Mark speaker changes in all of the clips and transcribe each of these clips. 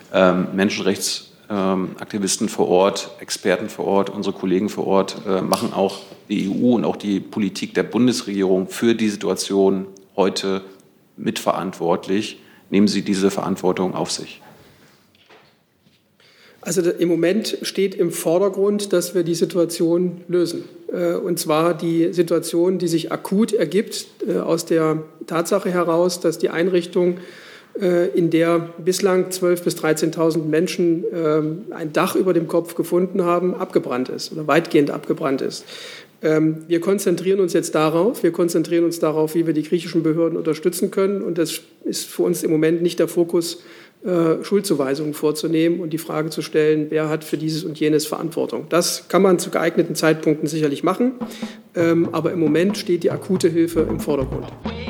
Speaker 1: Menschenrechtsaktivisten vor Ort, Experten vor Ort, unsere Kollegen vor Ort machen auch die EU und auch die Politik der Bundesregierung für die Situation heute mitverantwortlich. Nehmen Sie diese Verantwortung auf sich?
Speaker 2: Also im Moment steht im Vordergrund, dass wir die Situation lösen. Und zwar die Situation, die sich akut ergibt aus der Tatsache heraus, dass die Einrichtung, in der bislang 12.000 bis 13.000 Menschen ein Dach über dem Kopf gefunden haben, abgebrannt ist oder weitgehend abgebrannt ist. Wir konzentrieren uns jetzt darauf. Wir konzentrieren uns darauf, wie wir die griechischen Behörden unterstützen können. Und das ist für uns im Moment nicht der Fokus, Schuldzuweisungen vorzunehmen und die Frage zu stellen, wer hat für dieses und jenes Verantwortung. Das kann man zu geeigneten Zeitpunkten sicherlich machen, aber im Moment steht die akute Hilfe im Vordergrund.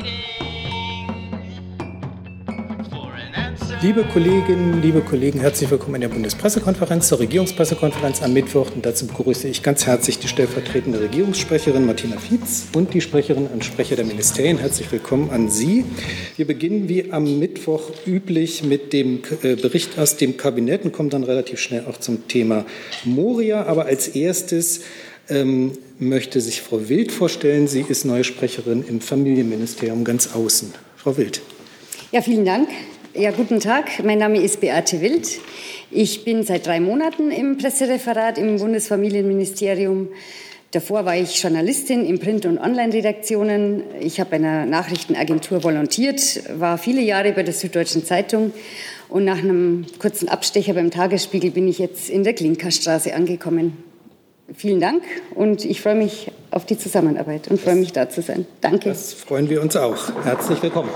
Speaker 3: Liebe Kolleginnen, liebe Kollegen, herzlich willkommen in der Bundespressekonferenz zur Regierungspressekonferenz am Mittwoch. Und dazu begrüße ich ganz herzlich die stellvertretende Regierungssprecherin Martina Fietz und die Sprecherinnen und Sprecher der Ministerien. Herzlich willkommen an Sie. Wir beginnen wie am Mittwoch üblich mit dem Bericht aus dem Kabinett und kommen dann relativ schnell auch zum Thema Moria. Aber als erstes möchte sich Frau Wild vorstellen. Sie ist neue Sprecherin im Familienministerium ganz außen. Frau Wild.
Speaker 4: Ja, vielen Dank. Ja, guten Tag. Mein Name ist Beate Wild. Ich bin seit 3 Monaten im Pressereferat im Bundesfamilienministerium. Davor war ich Journalistin in Print- und Online-Redaktionen. Ich habe bei einer Nachrichtenagentur volontiert, war viele Jahre bei der Süddeutschen Zeitung und nach einem kurzen Abstecher beim Tagesspiegel bin ich jetzt in der Klinkerstraße angekommen. Vielen Dank und ich freue mich auf die Zusammenarbeit und freue mich, da zu sein. Danke.
Speaker 3: Das freuen wir uns auch. Herzlich willkommen.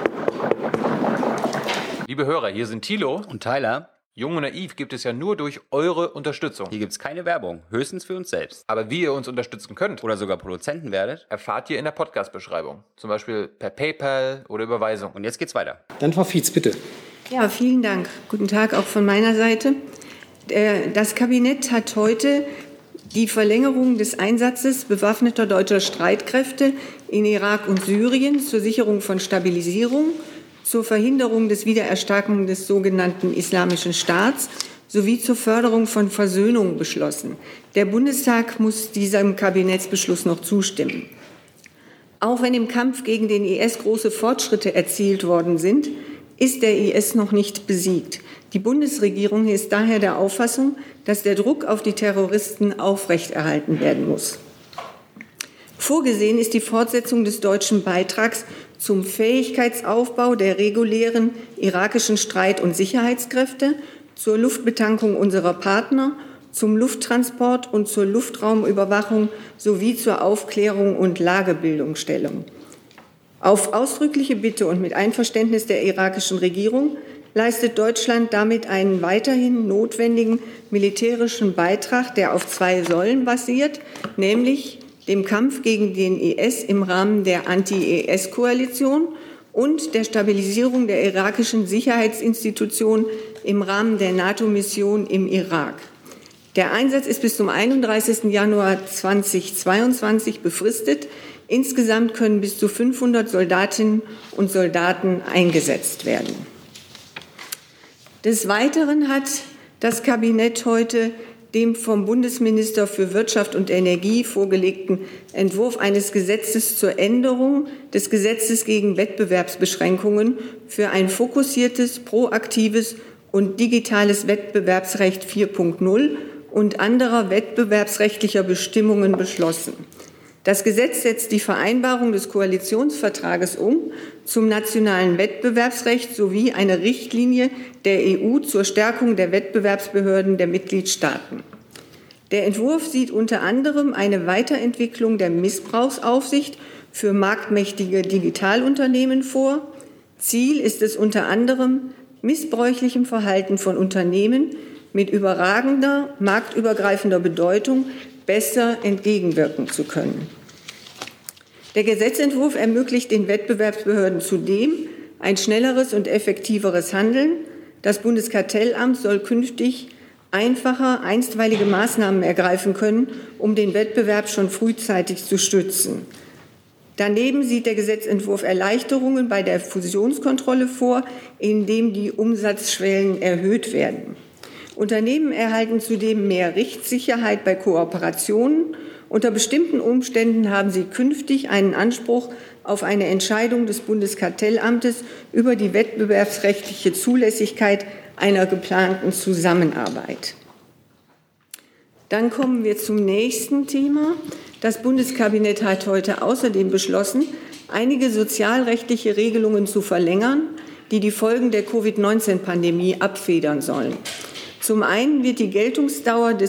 Speaker 5: Liebe Hörer, hier sind Thilo
Speaker 6: und Tyler.
Speaker 5: Jung und Naiv gibt es ja nur durch eure Unterstützung.
Speaker 6: Hier gibt es keine Werbung, höchstens für uns selbst.
Speaker 5: Aber wie ihr uns unterstützen könnt
Speaker 6: oder sogar Produzenten werdet,
Speaker 5: erfahrt ihr in der Podcast-Beschreibung. Zum Beispiel per PayPal oder Überweisung.
Speaker 6: Und jetzt geht's weiter.
Speaker 3: Dann Frau Fietz, bitte.
Speaker 7: Ja, vielen Dank. Guten Tag auch von meiner Seite. Das Kabinett hat heute die Verlängerung des Einsatzes bewaffneter deutscher Streitkräfte in Irak und Syrien zur Sicherung von Stabilisierung, zur Verhinderung des Wiedererstarken des sogenannten Islamischen Staats sowie zur Förderung von Versöhnung beschlossen. Der Bundestag muss diesem Kabinettsbeschluss noch zustimmen. Auch wenn im Kampf gegen den IS große Fortschritte erzielt worden sind, ist der IS noch nicht besiegt. Die Bundesregierung ist daher der Auffassung, dass der Druck auf die Terroristen aufrechterhalten werden muss. Vorgesehen ist die Fortsetzung des deutschen Beitrags zum Fähigkeitsaufbau der regulären irakischen Streit- und Sicherheitskräfte, zur Luftbetankung unserer Partner, zum Lufttransport und zur Luftraumüberwachung sowie zur Aufklärung und Lagebildungsstellung. Auf ausdrückliche Bitte und mit Einverständnis der irakischen Regierung leistet Deutschland damit einen weiterhin notwendigen militärischen Beitrag, der auf 2 Säulen basiert, nämlich dem Kampf gegen den IS im Rahmen der Anti-IS-Koalition und der Stabilisierung der irakischen Sicherheitsinstitutionen im Rahmen der NATO-Mission im Irak. Der Einsatz ist bis zum 31. Januar 2022 befristet. Insgesamt können bis zu 500 Soldatinnen und Soldaten eingesetzt werden. Des Weiteren hat das Kabinett heute dem vom Bundesminister für Wirtschaft und Energie vorgelegten Entwurf eines Gesetzes zur Änderung des Gesetzes gegen Wettbewerbsbeschränkungen für ein fokussiertes, proaktives und digitales Wettbewerbsrecht 4.0 und anderer wettbewerbsrechtlicher Bestimmungen beschlossen. Das Gesetz setzt die Vereinbarung des Koalitionsvertrages zum nationalen Wettbewerbsrecht sowie eine Richtlinie der EU zur Stärkung der Wettbewerbsbehörden der Mitgliedstaaten. Der Entwurf sieht unter anderem eine Weiterentwicklung der Missbrauchsaufsicht für marktmächtige Digitalunternehmen vor. Ziel ist es unter anderem, missbräuchlichem Verhalten von Unternehmen mit überragender, marktübergreifender Bedeutung besser entgegenwirken zu können. Der Gesetzentwurf ermöglicht den Wettbewerbsbehörden zudem ein schnelleres und effektiveres Handeln. Das Bundeskartellamt soll künftig einfacher einstweilige Maßnahmen ergreifen können, um den Wettbewerb schon frühzeitig zu stützen. Daneben sieht der Gesetzentwurf Erleichterungen bei der Fusionskontrolle vor, indem die Umsatzschwellen erhöht werden. Unternehmen erhalten zudem mehr Rechtssicherheit bei Kooperationen. Unter bestimmten Umständen haben sie künftig einen Anspruch auf eine Entscheidung des Bundeskartellamtes über die wettbewerbsrechtliche Zulässigkeit einer geplanten Zusammenarbeit. Dann kommen wir zum nächsten Thema. Das Bundeskabinett hat heute außerdem beschlossen, einige sozialrechtliche Regelungen zu verlängern, die die Folgen der Covid-19-Pandemie abfedern sollen. Zum einen wird die Geltungsdauer des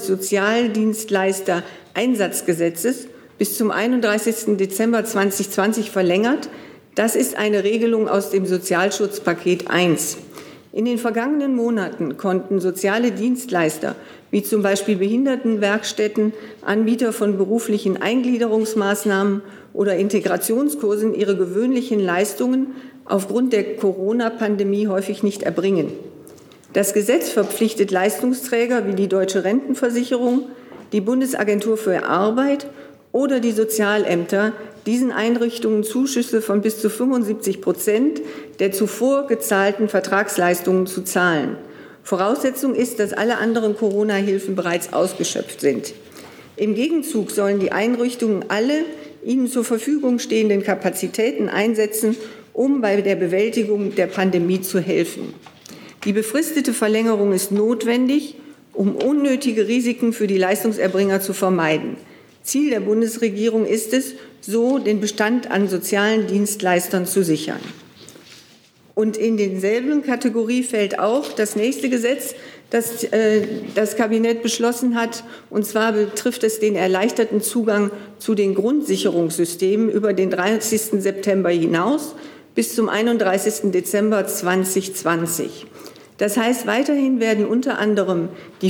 Speaker 7: Sozialdienstleister-Einsatzgesetzes bis zum 31. Dezember 2020 verlängert. Das ist eine Regelung aus dem Sozialschutzpaket 1. In den vergangenen Monaten konnten soziale Dienstleister wie zum Beispiel Behindertenwerkstätten, Anbieter von beruflichen Eingliederungsmaßnahmen oder Integrationskursen ihre gewöhnlichen Leistungen aufgrund der Corona-Pandemie häufig nicht erbringen. Das Gesetz verpflichtet Leistungsträger wie die Deutsche Rentenversicherung, die Bundesagentur für Arbeit oder die Sozialämter, diesen Einrichtungen Zuschüsse von bis zu 75% der zuvor gezahlten Vertragsleistungen zu zahlen. Voraussetzung ist, dass alle anderen Corona-Hilfen bereits ausgeschöpft sind. Im Gegenzug sollen die Einrichtungen alle ihnen zur Verfügung stehenden Kapazitäten einsetzen, um bei der Bewältigung der Pandemie zu helfen. Die befristete Verlängerung ist notwendig, um unnötige Risiken für die Leistungserbringer zu vermeiden. Ziel der Bundesregierung ist es, so den Bestand an sozialen Dienstleistern zu sichern. Und in denselben Kategorie fällt auch das nächste Gesetz, das das Kabinett beschlossen hat. Und zwar betrifft es den erleichterten Zugang zu den Grundsicherungssystemen über den 30. September hinaus bis zum 31. Dezember 2020. Das heißt, weiterhin werden unter anderem die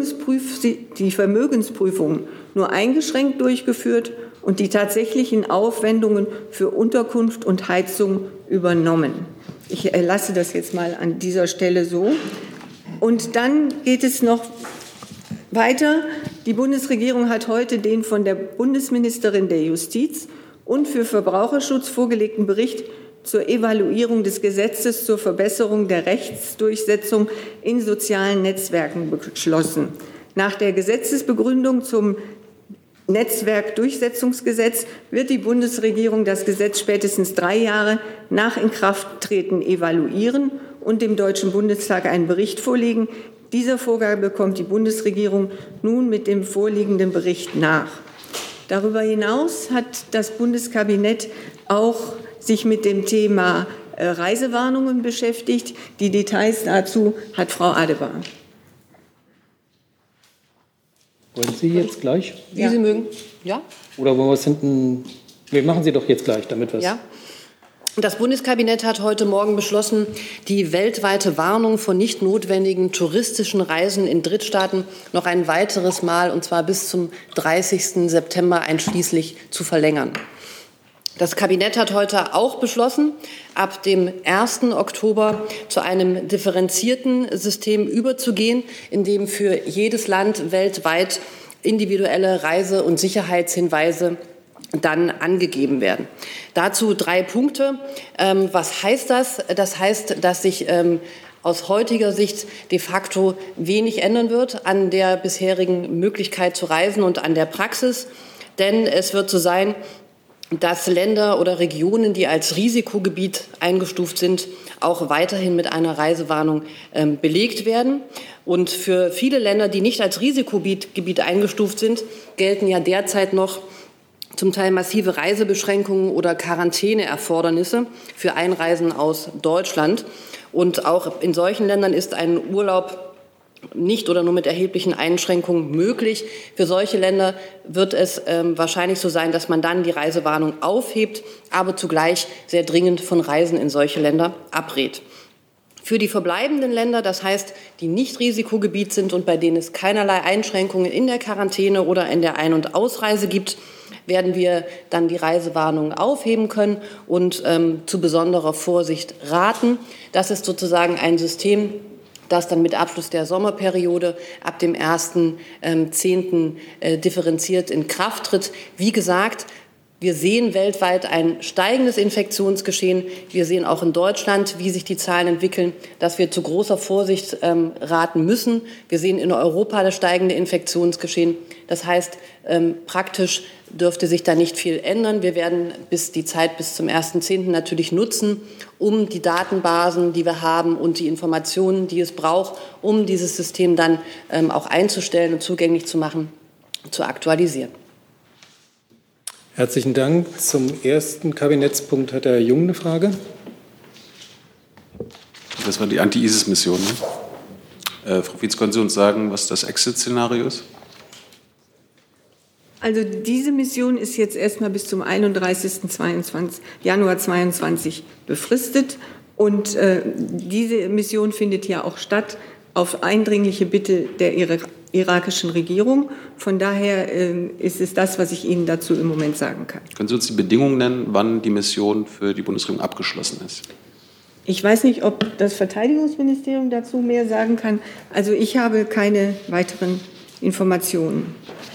Speaker 7: Vermögensprüfungen nur eingeschränkt durchgeführt und die tatsächlichen Aufwendungen für Unterkunft und Heizung übernommen. Ich lasse das jetzt mal an dieser Stelle so. Und dann geht es noch weiter. Die Bundesregierung hat heute den von der Bundesministerin der Justiz und für Verbraucherschutz vorgelegten Bericht zur Evaluierung des Gesetzes zur Verbesserung der Rechtsdurchsetzung in sozialen Netzwerken beschlossen. Nach der Gesetzesbegründung zum Netzwerkdurchsetzungsgesetz wird die Bundesregierung das Gesetz spätestens 3 Jahre nach Inkrafttreten evaluieren und dem Deutschen Bundestag einen Bericht vorlegen. Dieser Vorgabe bekommt die Bundesregierung nun mit dem vorliegenden Bericht nach. Darüber hinaus hat das Bundeskabinett auch sich mit dem Thema Reisewarnungen beschäftigt. Die Details dazu hat Frau Adebar.
Speaker 3: Wollen Sie jetzt gleich?
Speaker 8: Wie Sie mögen. Ja.
Speaker 3: Oder wollen wir es hinten? Wir machen Sie doch jetzt gleich, damit wir es.
Speaker 8: Ja. Das Bundeskabinett hat heute Morgen beschlossen, die weltweite Warnung vor nicht notwendigen touristischen Reisen in Drittstaaten noch ein weiteres Mal, und zwar bis zum 30. September einschließlich, zu verlängern. Das Kabinett hat heute auch beschlossen, ab dem 1. Oktober zu einem differenzierten System überzugehen, in dem für jedes Land weltweit individuelle Reise- und Sicherheitshinweise dann angegeben werden. Dazu 3 Punkte. Was heißt das? Das heißt, dass sich aus heutiger Sicht de facto wenig ändern wird an der bisherigen Möglichkeit zu reisen und an der Praxis. Denn es wird so sein, dass Länder oder Regionen, die als Risikogebiet eingestuft sind, auch weiterhin mit einer Reisewarnung belegt werden. Und für viele Länder, die nicht als Risikogebiet eingestuft sind, gelten ja derzeit noch zum Teil massive Reisebeschränkungen oder Quarantäneerfordernisse für Einreisen aus Deutschland. Und auch in solchen Ländern ist ein Urlaub nicht oder nur mit erheblichen Einschränkungen möglich. Für solche Länder wird es wahrscheinlich so sein, dass man dann die Reisewarnung aufhebt, aber zugleich sehr dringend von Reisen in solche Länder abrät. Für die verbleibenden Länder, das heißt, die nicht Risikogebiet sind und bei denen es keinerlei Einschränkungen in der Quarantäne oder in der Ein- und Ausreise gibt, werden wir dann die Reisewarnungen aufheben können und zu besonderer Vorsicht raten. Das ist sozusagen ein System, das dann mit Abschluss der Sommerperiode ab dem 1.10. Differenziert in Kraft tritt. Wie gesagt, Wir sehen weltweit ein steigendes Infektionsgeschehen. Wir sehen auch in Deutschland, wie sich die Zahlen entwickeln, dass wir zu großer Vorsicht raten müssen. Wir sehen in Europa das steigende Infektionsgeschehen. Das heißt, praktisch dürfte sich da nicht viel ändern. Wir werden die Zeit bis zum 1.10. natürlich nutzen, um die Datenbasen, die wir haben und die Informationen, die es braucht, um dieses System dann auch einzustellen und zugänglich zu machen, zu aktualisieren.
Speaker 3: Herzlichen Dank. Zum ersten Kabinettspunkt hat Herr Jung eine Frage.
Speaker 1: Das war die Anti-ISIS-Mission. Frau Fietz, können Sie uns sagen, was das Exit-Szenario ist?
Speaker 7: Also diese Mission ist jetzt erstmal bis zum 31. Januar 2022 befristet. Und diese Mission findet ja auch statt auf eindringliche Bitte der irakischen Regierung. Von daher ist es das, was ich Ihnen dazu im Moment sagen kann.
Speaker 1: Können Sie uns die Bedingungen nennen, wann die Mission für die Bundesregierung abgeschlossen ist?
Speaker 7: Ich weiß nicht, ob das Verteidigungsministerium dazu mehr sagen kann. Also ich habe keine weiteren Informationen.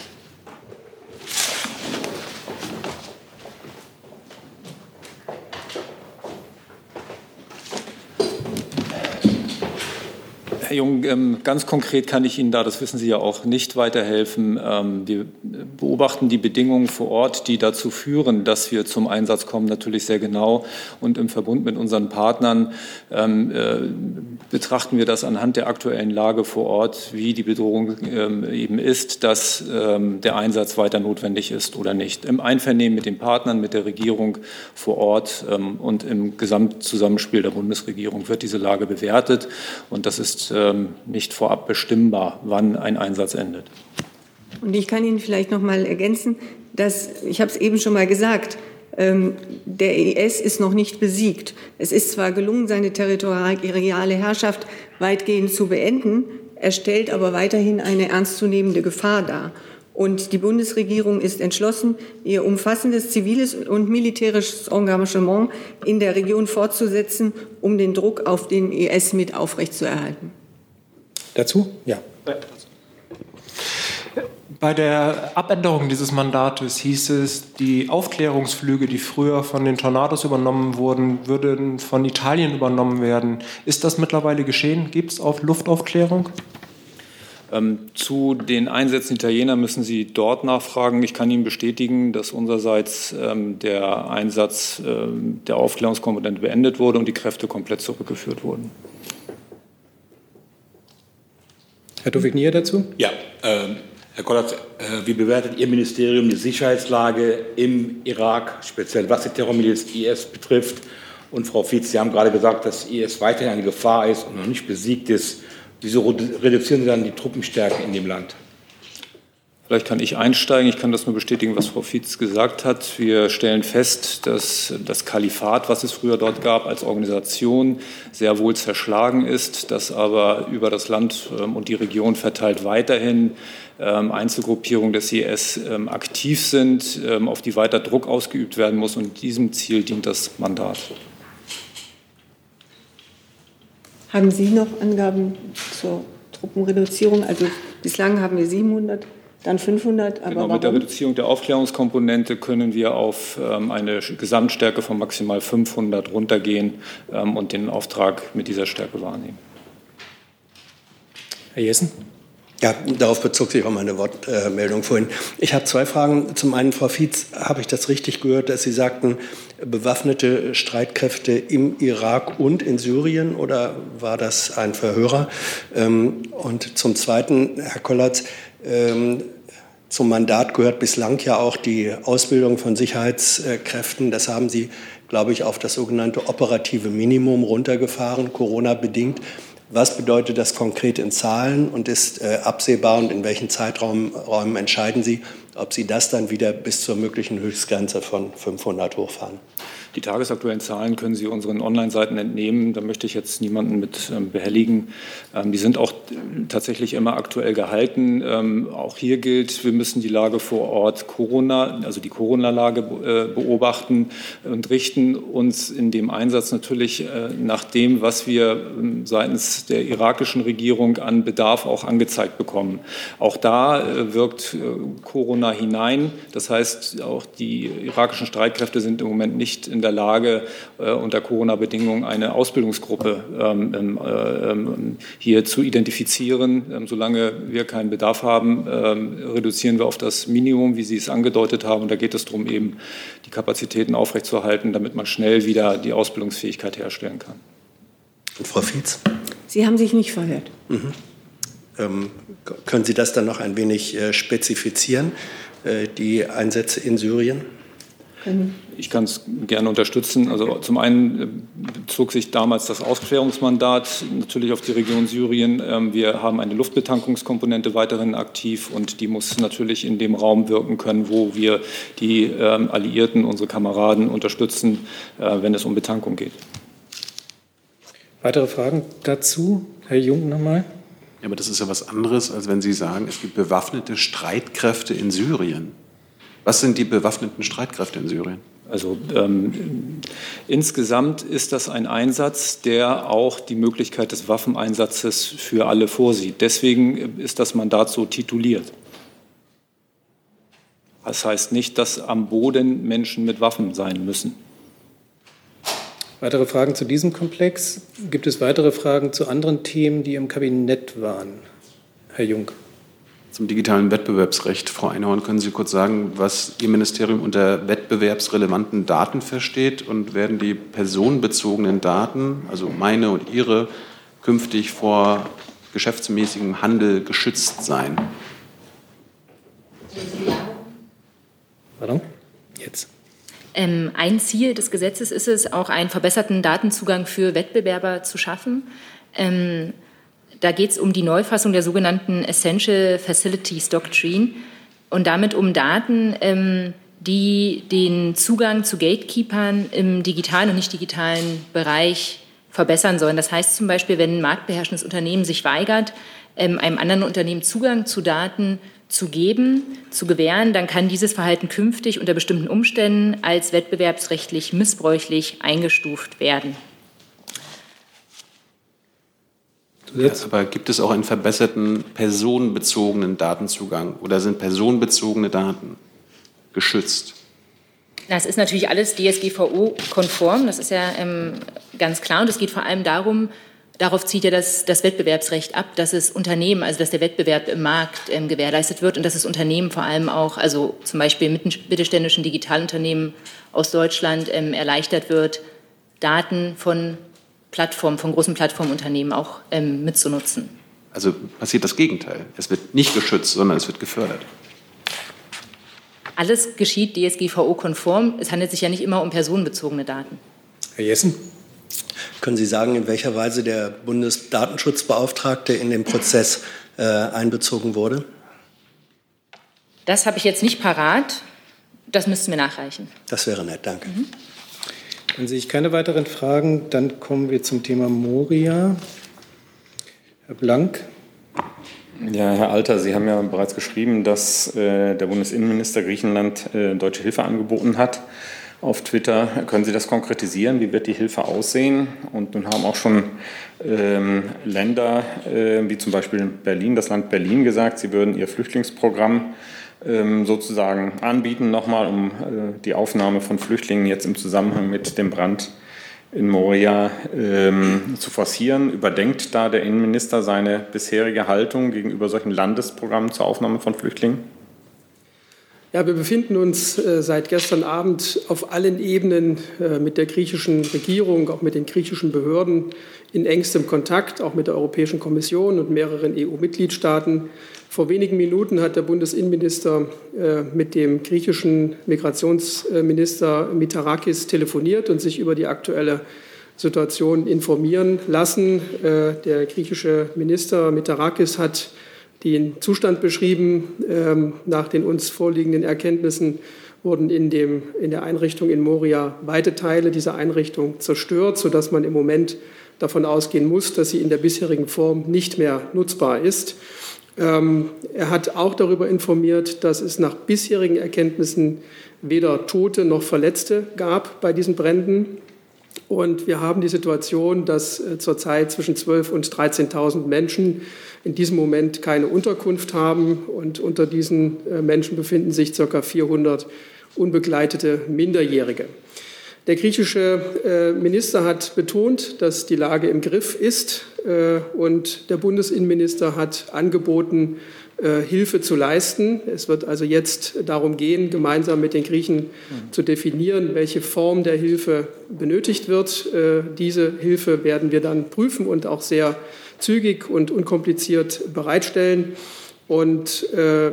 Speaker 9: Herr Jung, ganz konkret kann ich Ihnen da, das wissen Sie ja auch, nicht weiterhelfen. Wir beobachten die Bedingungen vor Ort, die dazu führen, dass wir zum Einsatz kommen, natürlich sehr genau. Und im Verbund mit unseren Partnern betrachten wir das anhand der aktuellen Lage vor Ort, wie die Bedrohung eben ist, dass der Einsatz weiter notwendig ist oder nicht. Im Einvernehmen mit den Partnern, mit der Regierung vor Ort und im Gesamtzusammenspiel der Bundesregierung wird diese Lage bewertet. Und das ist nicht vorab bestimmbar, wann ein Einsatz endet.
Speaker 7: Und ich kann Ihnen vielleicht noch mal ergänzen, dass, ich habe es eben schon mal gesagt, der IS ist noch nicht besiegt. Es ist zwar gelungen, seine territoriale Herrschaft weitgehend zu beenden, er stellt aber weiterhin eine ernstzunehmende Gefahr dar. Und die Bundesregierung ist entschlossen, ihr umfassendes ziviles und militärisches Engagement in der Region fortzusetzen, um den Druck auf den IS mit aufrechtzuerhalten.
Speaker 3: Dazu? Ja.
Speaker 10: Bei der Abänderung dieses Mandates hieß es, die Aufklärungsflüge, die früher von den Tornados übernommen wurden, würden von Italien übernommen werden. Ist das mittlerweile geschehen? Gibt es Luftaufklärung?
Speaker 9: Zu den Einsätzen Italiener müssen Sie dort nachfragen. Ich kann Ihnen bestätigen, dass unsererseits der Einsatz der Aufklärungskomponente beendet wurde und die Kräfte komplett zurückgeführt wurden.
Speaker 3: Herr Towik-Nier dazu?
Speaker 11: Ja, Herr Kollatz, wie bewertet Ihr Ministerium die Sicherheitslage im Irak, speziell was die Terrormiliz IS betrifft? Und Frau Fietz, Sie haben gerade gesagt, dass IS weiterhin eine Gefahr ist und noch nicht besiegt ist. Wieso reduzieren Sie dann die Truppenstärke in dem Land?
Speaker 9: Vielleicht kann ich einsteigen. Ich kann das nur bestätigen, was Frau Fietz gesagt hat. Wir stellen fest, dass das Kalifat, was es früher dort gab, als Organisation sehr wohl zerschlagen ist, dass aber über das Land und die Region verteilt weiterhin Einzelgruppierungen des IS aktiv sind, auf die weiter Druck ausgeübt werden muss. Und diesem Ziel dient das Mandat.
Speaker 7: Haben Sie noch Angaben zur Truppenreduzierung? Also bislang haben wir 700, dann 500. Aber
Speaker 9: genau, mit der Reduzierung der Aufklärungskomponente können wir auf eine Gesamtstärke von maximal 500 runtergehen und den Auftrag mit dieser Stärke wahrnehmen.
Speaker 3: Herr Jessen?
Speaker 12: Ja, darauf bezog sich auch meine Wortmeldung vorhin. Ich habe zwei Fragen. Zum einen, Frau Fietz, habe ich das richtig gehört, dass Sie sagten, bewaffnete Streitkräfte im Irak und in Syrien, oder war das ein Verhörer? Und zum Zweiten, Herr Kollatz, zum Mandat gehört bislang ja auch die Ausbildung von Sicherheitskräften. Das haben Sie, glaube ich, auf das sogenannte operative Minimum runtergefahren, Corona-bedingt. Was bedeutet das konkret in Zahlen und ist absehbar und in welchen Zeiträumen entscheiden Sie, ob Sie das dann wieder bis zur möglichen Höchstgrenze von 500 hochfahren?
Speaker 9: Die tagesaktuellen Zahlen können Sie unseren Online-Seiten entnehmen. Da möchte ich jetzt niemanden mit behelligen. Die sind auch tatsächlich immer aktuell gehalten. Auch hier gilt, wir müssen die Lage vor Ort also die Corona-Lage beobachten und richten uns in dem Einsatz natürlich nach dem, was wir seitens der irakischen Regierung an Bedarf auch angezeigt bekommen. Auch da wirkt Corona hinein. Das heißt, auch die irakischen Streitkräfte sind im Moment nicht in der Lage, unter Corona-Bedingungen eine Ausbildungsgruppe hier zu identifizieren. Solange wir keinen Bedarf haben, reduzieren wir auf das Minimum, wie Sie es angedeutet haben. Und da geht es darum, eben die Kapazitäten aufrechtzuerhalten, damit man schnell wieder die Ausbildungsfähigkeit herstellen kann.
Speaker 12: Und Frau Fietz?
Speaker 7: Sie haben sich nicht verhört.
Speaker 12: Können Sie das dann noch ein wenig spezifizieren, die Einsätze in Syrien?
Speaker 9: Ich kann es gerne unterstützen. Also zum einen bezog sich damals das Aufklärungsmandat natürlich auf die Region Syrien. Wir haben eine Luftbetankungskomponente weiterhin aktiv und die muss natürlich in dem Raum wirken können, wo wir die Alliierten, unsere Kameraden unterstützen, wenn es um Betankung geht.
Speaker 3: Weitere Fragen dazu? Herr Jung nochmal.
Speaker 1: Ja, aber das ist ja was anderes, als wenn Sie sagen, es gibt bewaffnete Streitkräfte in Syrien. Was sind die bewaffneten Streitkräfte in Syrien?
Speaker 9: Also insgesamt ist das ein Einsatz, der auch die Möglichkeit des Waffeneinsatzes für alle vorsieht. Deswegen ist das Mandat so tituliert. Das heißt nicht, dass am Boden Menschen mit Waffen sein müssen.
Speaker 3: Weitere Fragen zu diesem Komplex? Gibt es weitere Fragen zu anderen Themen, die im Kabinett waren? Herr Jung.
Speaker 1: Zum digitalen Wettbewerbsrecht. Frau Einhorn, können Sie kurz sagen, was Ihr Ministerium unter wettbewerbsrelevanten Daten versteht? Und werden die personenbezogenen Daten, also meine und Ihre, künftig vor geschäftsmäßigem Handel geschützt sein?
Speaker 3: Pardon? Jetzt.
Speaker 13: Ein Ziel des Gesetzes ist es, auch einen verbesserten Datenzugang für Wettbewerber zu schaffen. Da geht es um die Neufassung der sogenannten Essential Facilities Doctrine und damit um Daten, die den Zugang zu Gatekeepern im digitalen und nicht digitalen Bereich verbessern sollen. Das heißt zum Beispiel, wenn ein marktbeherrschendes Unternehmen sich weigert, einem anderen Unternehmen Zugang zu Daten zu gewähren, dann kann dieses Verhalten künftig unter bestimmten Umständen als wettbewerbsrechtlich missbräuchlich eingestuft werden.
Speaker 1: Ja, aber gibt es auch einen verbesserten personenbezogenen Datenzugang oder sind personenbezogene Daten geschützt?
Speaker 13: Das ist natürlich alles DSGVO-konform, das ist ja ganz klar. Und es geht vor allem darum, darauf zieht ja das Wettbewerbsrecht ab, dass es Unternehmen, also dass der Wettbewerb im Markt gewährleistet wird und dass es Unternehmen vor allem auch, also zum Beispiel mittelständischen Digitalunternehmen aus Deutschland erleichtert wird, Daten von großen Plattformunternehmen auch mitzunutzen.
Speaker 1: Also passiert das Gegenteil. Es wird nicht geschützt, sondern es wird gefördert.
Speaker 13: Alles geschieht DSGVO-konform. Es handelt sich ja nicht immer um personenbezogene Daten.
Speaker 3: Herr Jessen.
Speaker 12: Können Sie sagen, in welcher Weise der Bundesdatenschutzbeauftragte in den Prozess einbezogen wurde?
Speaker 13: Das habe ich jetzt nicht parat. Das müssten wir nachreichen.
Speaker 12: Das wäre nett, danke.
Speaker 3: Dann sehe ich keine weiteren Fragen. Dann kommen wir zum Thema Moria. Herr Blank.
Speaker 14: Ja, Herr Alter, Sie haben ja bereits geschrieben, dass der Bundesinnenminister Griechenland deutsche Hilfe angeboten hat. Auf Twitter, können Sie das konkretisieren? Wie wird die Hilfe aussehen? Und nun haben auch schon Länder, wie zum Beispiel Berlin, das Land Berlin, gesagt, sie würden ihr Flüchtlingsprogramm sozusagen anbieten, nochmal, um die Aufnahme von Flüchtlingen jetzt im Zusammenhang mit dem Brand in Moria zu forcieren. Überdenkt da der Innenminister seine bisherige Haltung gegenüber solchen Landesprogrammen zur Aufnahme von Flüchtlingen?
Speaker 2: Ja, wir befinden uns seit gestern Abend auf allen Ebenen mit der griechischen Regierung, auch mit den griechischen Behörden in engstem Kontakt, auch mit der Europäischen Kommission und mehreren EU-Mitgliedstaaten. Vor wenigen Minuten hat der Bundesinnenminister mit dem griechischen Migrationsminister Mitarakis telefoniert und sich über die aktuelle Situation informieren lassen. Der griechische Minister Mitarakis hat den Zustand beschrieben nach den uns vorliegenden Erkenntnissen wurden in der Einrichtung in Moria weite Teile dieser Einrichtung zerstört, sodass man im Moment davon ausgehen muss, dass sie in der bisherigen Form nicht mehr nutzbar ist. Er hat auch darüber informiert, dass es nach bisherigen Erkenntnissen weder Tote noch Verletzte gab bei diesen Bränden. Und wir haben die Situation, dass zurzeit zwischen 12.000 und 13.000 Menschen in diesem Moment keine Unterkunft haben. Und unter diesen Menschen befinden sich ca. 400 unbegleitete Minderjährige. Der griechische Minister hat betont, dass die Lage im Griff ist. Und der Bundesinnenminister hat angeboten, Hilfe zu leisten. Es wird also jetzt darum gehen, gemeinsam mit den Griechen zu definieren, welche Form der Hilfe benötigt wird. Diese Hilfe werden wir dann prüfen und auch sehr zügig und unkompliziert bereitstellen. Und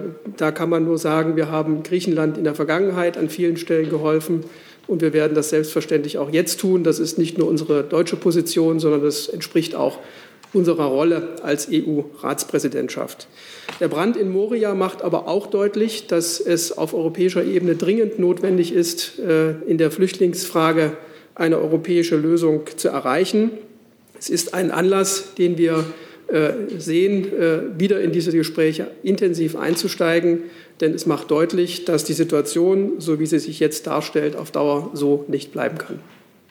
Speaker 2: da kann man nur sagen, wir haben Griechenland in der Vergangenheit an vielen Stellen geholfen und wir werden das selbstverständlich auch jetzt tun. Das ist nicht nur unsere deutsche Position, sondern das entspricht auch unserer Rolle als EU-Ratspräsidentschaft. Der Brand in Moria macht aber auch deutlich, dass es auf europäischer Ebene dringend notwendig ist, in der Flüchtlingsfrage eine europäische Lösung zu erreichen. Es ist ein Anlass, den wir sehen, wieder in diese Gespräche intensiv einzusteigen, denn es macht deutlich, dass die Situation, so wie sie sich jetzt darstellt, auf Dauer so nicht bleiben kann.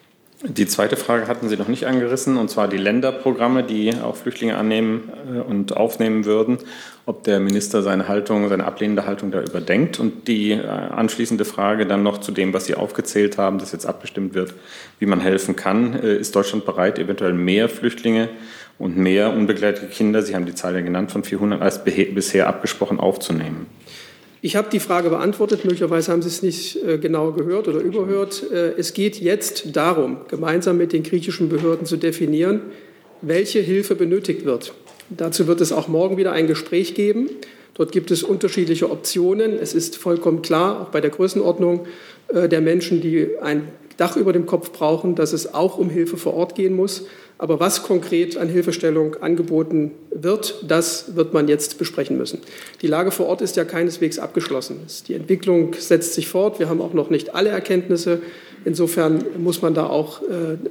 Speaker 14: Die zweite Frage hatten Sie noch nicht angerissen, und zwar die Länderprogramme, die auch Flüchtlinge annehmen und aufnehmen würden, ob der Minister seine ablehnende Haltung da überdenkt. Und die anschließende Frage dann noch zu dem, was Sie aufgezählt haben, dass jetzt abgestimmt wird, wie man helfen kann. Ist Deutschland bereit, eventuell mehr Flüchtlinge und mehr unbegleitete Kinder, Sie haben die Zahl ja genannt, von 400 als bisher abgesprochen, aufzunehmen?
Speaker 2: Ich habe die Frage beantwortet. Möglicherweise haben Sie es nicht genau gehört oder überhört. Es geht jetzt darum, gemeinsam mit den griechischen Behörden zu definieren, welche Hilfe benötigt wird. Dazu wird es auch morgen wieder ein Gespräch geben. Dort gibt es unterschiedliche Optionen. Es ist vollkommen klar, auch bei der Größenordnung der Menschen, die ein Dach über dem Kopf brauchen, dass es auch um Hilfe vor Ort gehen muss. Aber was konkret an Hilfestellung angeboten wird, das wird man jetzt besprechen müssen. Die Lage vor Ort ist ja keineswegs abgeschlossen. Die Entwicklung setzt sich fort. Wir haben auch noch nicht alle Erkenntnisse. Insofern muss man da auch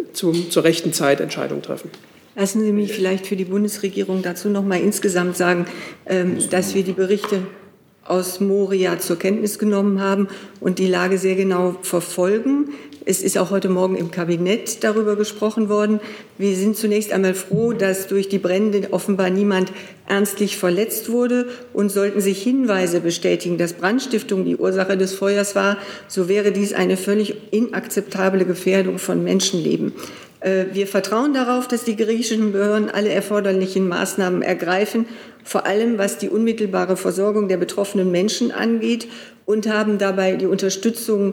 Speaker 2: zur rechten Zeit Entscheidungen treffen.
Speaker 7: Lassen Sie mich vielleicht für die Bundesregierung dazu noch mal insgesamt sagen, dass wir die Berichte aus Moria zur Kenntnis genommen haben und die Lage sehr genau verfolgen. Es ist auch heute Morgen im Kabinett darüber gesprochen worden. Wir sind zunächst einmal froh, dass durch die Brände offenbar niemand ernstlich verletzt wurde. Und sollten sich Hinweise bestätigen, dass Brandstiftung die Ursache des Feuers war, so wäre dies eine völlig inakzeptable Gefährdung von Menschenleben. Wir vertrauen darauf, dass die griechischen Behörden alle erforderlichen Maßnahmen ergreifen, vor allem was die unmittelbare Versorgung der betroffenen Menschen angeht, und haben dabei die Unterstützung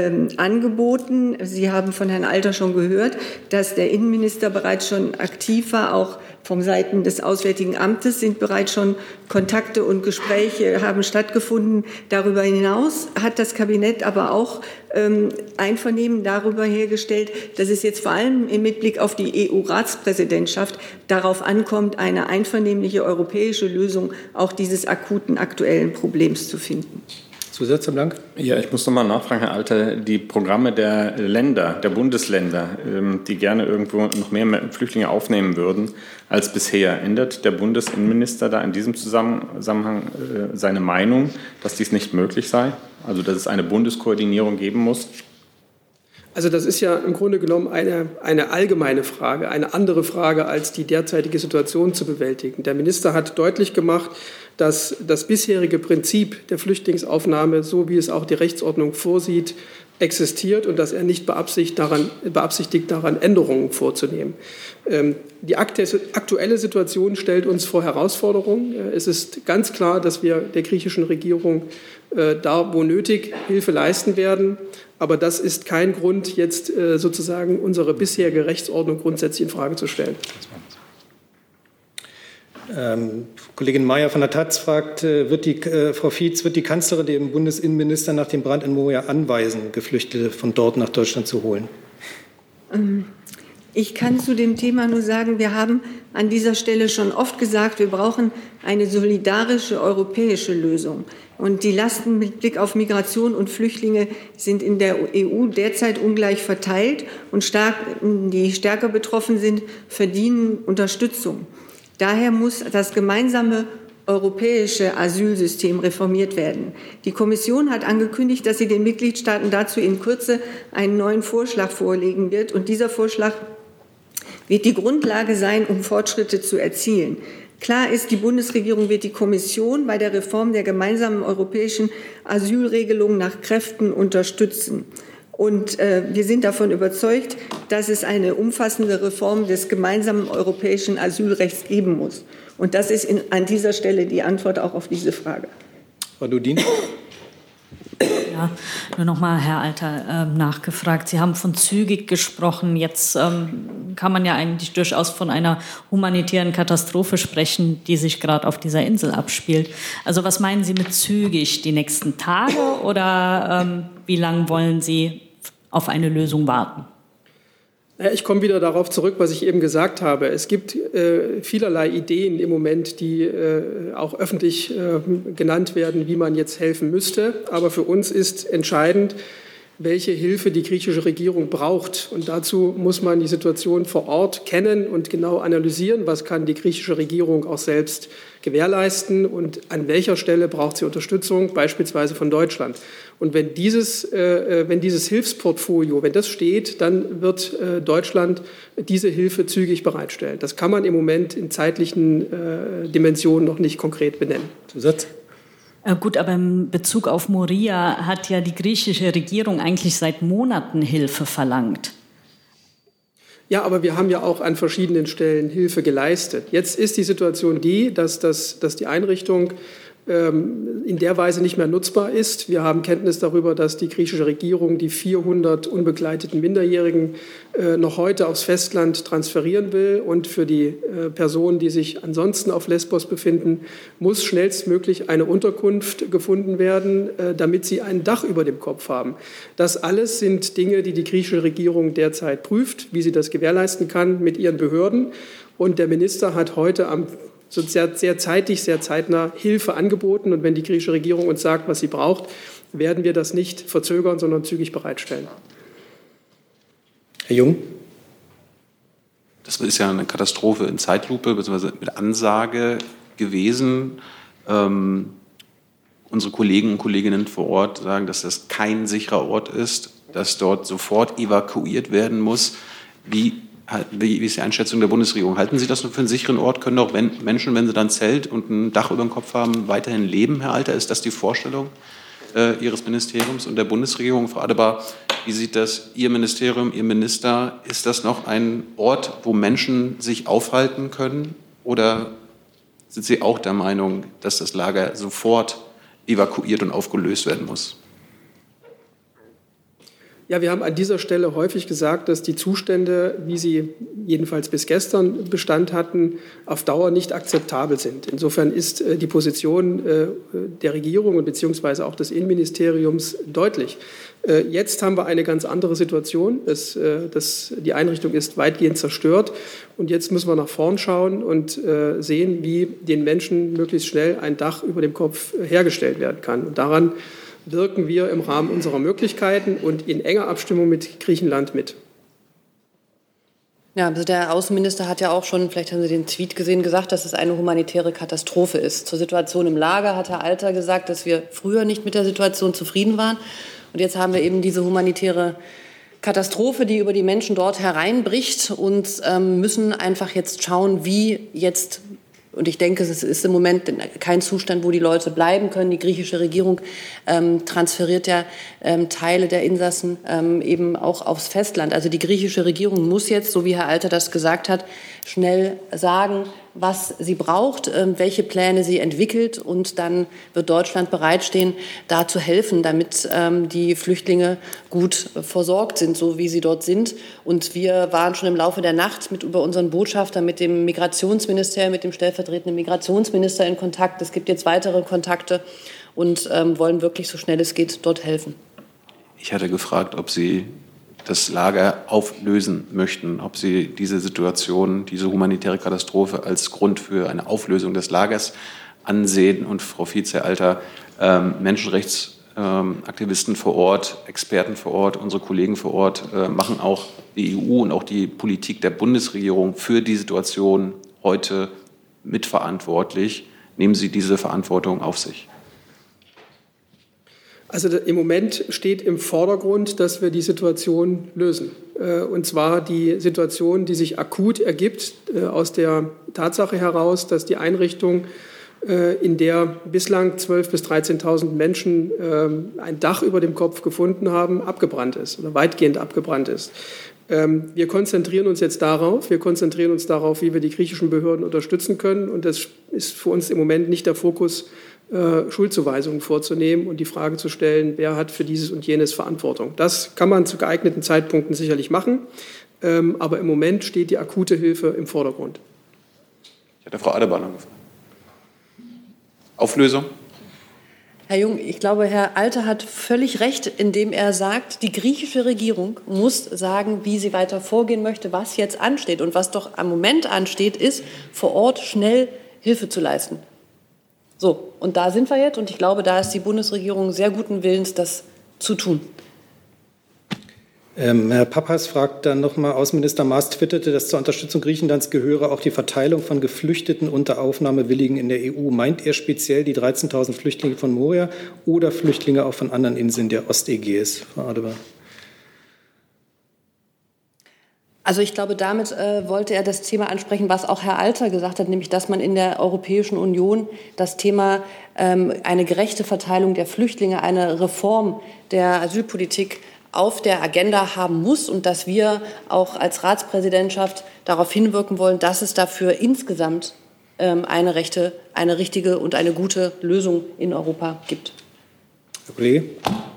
Speaker 7: angeboten. Sie haben von Herrn Alter schon gehört, dass der Innenminister bereits schon aktiv war. Auch von Seiten des Auswärtigen Amtes sind bereits schon Kontakte und Gespräche haben stattgefunden. Darüber hinaus hat das Kabinett aber auch Einvernehmen darüber hergestellt, dass es jetzt vor allem im Mitblick auf die EU-Ratspräsidentschaft darauf ankommt, eine einvernehmliche europäische Lösung auch dieses akuten aktuellen Problems zu finden.
Speaker 3: Zusatz, Herr Blank?
Speaker 14: Ja, ich muss noch mal nachfragen, Herr Alter, die Programme der Länder, der Bundesländer, die gerne irgendwo noch mehr Flüchtlinge aufnehmen würden als bisher, ändert der Bundesinnenminister da in diesem Zusammenhang seine Meinung, dass dies nicht möglich sei? Also, dass es eine Bundeskoordinierung geben muss?
Speaker 2: Also das ist ja im Grunde genommen eine allgemeine Frage, eine andere Frage, als die derzeitige Situation zu bewältigen. Der Minister hat deutlich gemacht, dass das bisherige Prinzip der Flüchtlingsaufnahme, so wie es auch die Rechtsordnung vorsieht, existiert und dass er nicht beabsichtigt, daran Änderungen vorzunehmen. Die aktuelle Situation stellt uns vor Herausforderungen. Es ist ganz klar, dass wir der griechischen Regierung da, wo nötig, Hilfe leisten werden. Aber das ist kein Grund, jetzt sozusagen unsere bisherige Rechtsordnung grundsätzlich in Frage zu stellen.
Speaker 3: Kollegin Mayer von der Taz fragt, Frau Fietz, wird die Kanzlerin dem Bundesinnenminister nach dem Brand in Moria anweisen, Geflüchtete von dort nach Deutschland zu holen?
Speaker 7: Ich kann zu dem Thema nur sagen, wir haben an dieser Stelle schon oft gesagt, wir brauchen eine solidarische europäische Lösung. Und die Lasten mit Blick auf Migration und Flüchtlinge sind in der EU derzeit ungleich verteilt und die stärker betroffen sind, verdienen Unterstützung. Daher muss das gemeinsame europäische Asylsystem reformiert werden. Die Kommission hat angekündigt, dass sie den Mitgliedstaaten dazu in Kürze einen neuen Vorschlag vorlegen wird. Und dieser Vorschlag wird die Grundlage sein, um Fortschritte zu erzielen. Klar ist, die Bundesregierung wird die Kommission bei der Reform der gemeinsamen europäischen Asylregelung nach Kräften unterstützen. Und wir sind davon überzeugt, dass es eine umfassende Reform des gemeinsamen europäischen Asylrechts geben muss. Und das ist an dieser Stelle die Antwort auch auf diese Frage.
Speaker 3: Frau Dudin.
Speaker 15: Ja, nur noch mal, Herr Alter, nachgefragt. Sie haben von zügig gesprochen. Jetzt kann man ja eigentlich durchaus von einer humanitären Katastrophe sprechen, die sich gerade auf dieser Insel abspielt. Also was meinen Sie mit zügig? Die nächsten Tage oder wie lange wollen Sie auf eine Lösung warten?
Speaker 2: Ich komme wieder darauf zurück, was ich eben gesagt habe. Es gibt vielerlei Ideen im Moment, die auch öffentlich genannt werden, wie man jetzt helfen müsste. Aber für uns ist entscheidend, welche Hilfe die griechische Regierung braucht. Und dazu muss man die Situation vor Ort kennen und genau analysieren, was kann die griechische Regierung auch selbst gewährleisten und an welcher Stelle braucht sie Unterstützung, beispielsweise von Deutschland. Und wenn dieses Hilfsportfolio, wenn das steht, dann wird Deutschland diese Hilfe zügig bereitstellen. Das kann man im Moment in zeitlichen Dimensionen noch nicht konkret benennen.
Speaker 3: Zusatz?
Speaker 15: Gut, aber in Bezug auf Moria hat ja die griechische Regierung eigentlich seit Monaten Hilfe verlangt.
Speaker 2: Ja, aber wir haben ja auch an verschiedenen Stellen Hilfe geleistet. Jetzt ist die Situation die, dass die Einrichtung in der Weise nicht mehr nutzbar ist. Wir haben Kenntnis darüber, dass die griechische Regierung die 400 unbegleiteten Minderjährigen noch heute aufs Festland transferieren will. Und für die Personen, die sich ansonsten auf Lesbos befinden, muss schnellstmöglich eine Unterkunft gefunden werden, damit sie ein Dach über dem Kopf haben. Das alles sind Dinge, die die griechische Regierung derzeit prüft, wie sie das gewährleisten kann mit ihren Behörden. Und der Minister hat heute sehr zeitig, sehr zeitnah Hilfe angeboten. Und wenn die griechische Regierung uns sagt, was sie braucht, werden wir das nicht verzögern, sondern zügig bereitstellen.
Speaker 3: Herr Jung.
Speaker 1: Das ist ja eine Katastrophe in Zeitlupe bzw. mit Ansage gewesen. Unsere Kollegen und Kolleginnen vor Ort sagen, dass das kein sicherer Ort ist, dass dort sofort evakuiert werden muss. Wie ist die Einschätzung der Bundesregierung? Halten Sie das nur für einen sicheren Ort? Können doch Menschen, wenn sie dann Zelt und ein Dach über dem Kopf haben, weiterhin leben, Herr Alter? Ist das die Vorstellung Ihres Ministeriums und der Bundesregierung? Frau Adebar, wie sieht das Ihr Ministerium, Ihr Minister? Ist das noch ein Ort, wo Menschen sich aufhalten können? Oder sind Sie auch der Meinung, dass das Lager sofort evakuiert und aufgelöst werden muss?
Speaker 2: Ja, wir haben an dieser Stelle häufig gesagt, dass die Zustände, wie sie jedenfalls bis gestern Bestand hatten, auf Dauer nicht akzeptabel sind. Insofern ist die Position der Regierung und beziehungsweise auch des Innenministeriums deutlich. Jetzt haben wir eine ganz andere Situation. Die Einrichtung ist weitgehend zerstört. Und jetzt müssen wir nach vorn schauen und sehen, wie den Menschen möglichst schnell ein Dach über dem Kopf hergestellt werden kann. Und daran wirken wir im Rahmen unserer Möglichkeiten und in enger Abstimmung mit Griechenland mit.
Speaker 8: Ja, also der Außenminister hat ja auch schon, vielleicht haben Sie den Tweet gesehen, gesagt, dass es eine humanitäre Katastrophe ist. Zur Situation im Lager hat Herr Alter gesagt, dass wir früher nicht mit der Situation zufrieden waren. Und jetzt haben wir eben diese humanitäre Katastrophe, die über die Menschen dort hereinbricht und müssen einfach jetzt schauen, wie jetzt. Und ich denke, es ist im Moment kein Zustand, wo die Leute bleiben können. Die griechische Regierung transferiert ja Teile der Insassen eben auch aufs Festland. Also die griechische Regierung muss jetzt, so wie Herr Alter das gesagt hat, schnell sagen, was sie braucht, welche Pläne sie entwickelt. Und dann wird Deutschland bereitstehen, da zu helfen, damit die Flüchtlinge gut versorgt sind, so wie sie dort sind. Und wir waren schon im Laufe der Nacht über unseren Botschafter, mit dem Migrationsministerium, mit dem stellvertretenden Migrationsminister in Kontakt. Es gibt jetzt weitere Kontakte und wollen wirklich so schnell es geht dort helfen.
Speaker 1: Ich hatte gefragt, ob Sie das Lager auflösen möchten, ob Sie diese Situation, diese humanitäre Katastrophe als Grund für eine Auflösung des Lagers ansehen. Und Frau Fietz, Herr Alter, Menschenrechtsaktivisten vor Ort, Experten vor Ort, unsere Kollegen vor Ort machen auch die EU und auch die Politik der Bundesregierung für die Situation heute mitverantwortlich. Nehmen Sie diese Verantwortung auf sich?
Speaker 2: Also im Moment steht im Vordergrund, dass wir die Situation lösen. Und zwar die Situation, die sich akut ergibt aus der Tatsache heraus, dass die Einrichtung, in der bislang 12.000 bis 13.000 Menschen ein Dach über dem Kopf gefunden haben, abgebrannt ist oder weitgehend abgebrannt ist. Wir konzentrieren uns jetzt darauf. Wir konzentrieren uns darauf, wie wir die griechischen Behörden unterstützen können. Und das ist für uns im Moment nicht der Fokus, Schuldzuweisungen vorzunehmen und die Frage zu stellen, wer hat für dieses und jenes Verantwortung. Das kann man zu geeigneten Zeitpunkten sicherlich machen, aber im Moment steht die akute Hilfe im Vordergrund.
Speaker 1: Ich hatte Frau Adebar noch gefragt. Auflösung?
Speaker 8: Herr Jung, ich glaube, Herr Alter hat völlig recht, indem er sagt, die griechische Regierung muss sagen, wie sie weiter vorgehen möchte, was jetzt ansteht. Und was doch am Moment ansteht, ist, vor Ort schnell Hilfe zu leisten. So, und da sind wir jetzt. Und ich glaube, da ist die Bundesregierung sehr guten Willens, das zu tun.
Speaker 3: Herr Pappas fragt dann nochmal, Außenminister Maas twitterte, dass zur Unterstützung Griechenlands gehöre auch die Verteilung von Geflüchteten unter Aufnahmewilligen in der EU. Meint er speziell die 13.000 Flüchtlinge von Moria oder Flüchtlinge auch von anderen Inseln der Ostägäis? Frau Adebar.
Speaker 8: Also ich glaube, damit wollte er das Thema ansprechen, was auch Herr Alter gesagt hat, nämlich, dass man in der Europäischen Union das Thema eine gerechte Verteilung der Flüchtlinge, eine Reform der Asylpolitik auf der Agenda haben muss und dass wir auch als Ratspräsidentschaft darauf hinwirken wollen, dass es dafür insgesamt eine richtige und eine gute Lösung in Europa gibt.
Speaker 3: Herr Kollege.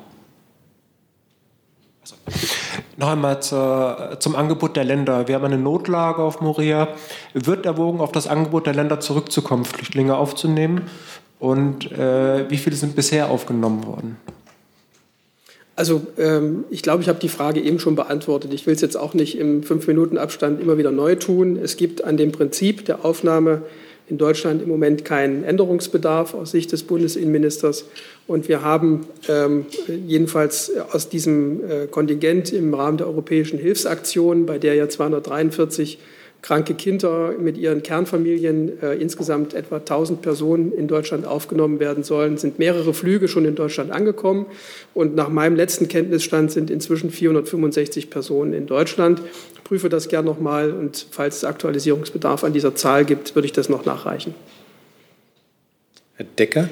Speaker 10: Noch einmal zum Angebot der Länder. Wir haben eine Notlage auf Moria. Wird erwogen, auf das Angebot der Länder zurückzukommen, Flüchtlinge aufzunehmen? Und wie viele sind bisher aufgenommen worden?
Speaker 2: Also ich glaube, ich habe die Frage eben schon beantwortet. Ich will es jetzt auch nicht im 5-Minuten-Abstand immer wieder neu tun. Es gibt an dem Prinzip der Aufnahme in Deutschland im Moment keinen Änderungsbedarf aus Sicht des Bundesinnenministers. Und wir haben jedenfalls aus diesem Kontingent im Rahmen der europäischen Hilfsaktion, bei der ja 243 kranke Kinder mit ihren Kernfamilien, insgesamt etwa 1.000 Personen in Deutschland aufgenommen werden sollen, sind mehrere Flüge schon in Deutschland angekommen. Und nach meinem letzten Kenntnisstand sind inzwischen 465 Personen in Deutschland. Ich prüfe das gern nochmal und falls es Aktualisierungsbedarf an dieser Zahl gibt, würde ich das noch nachreichen.
Speaker 3: Herr Decker.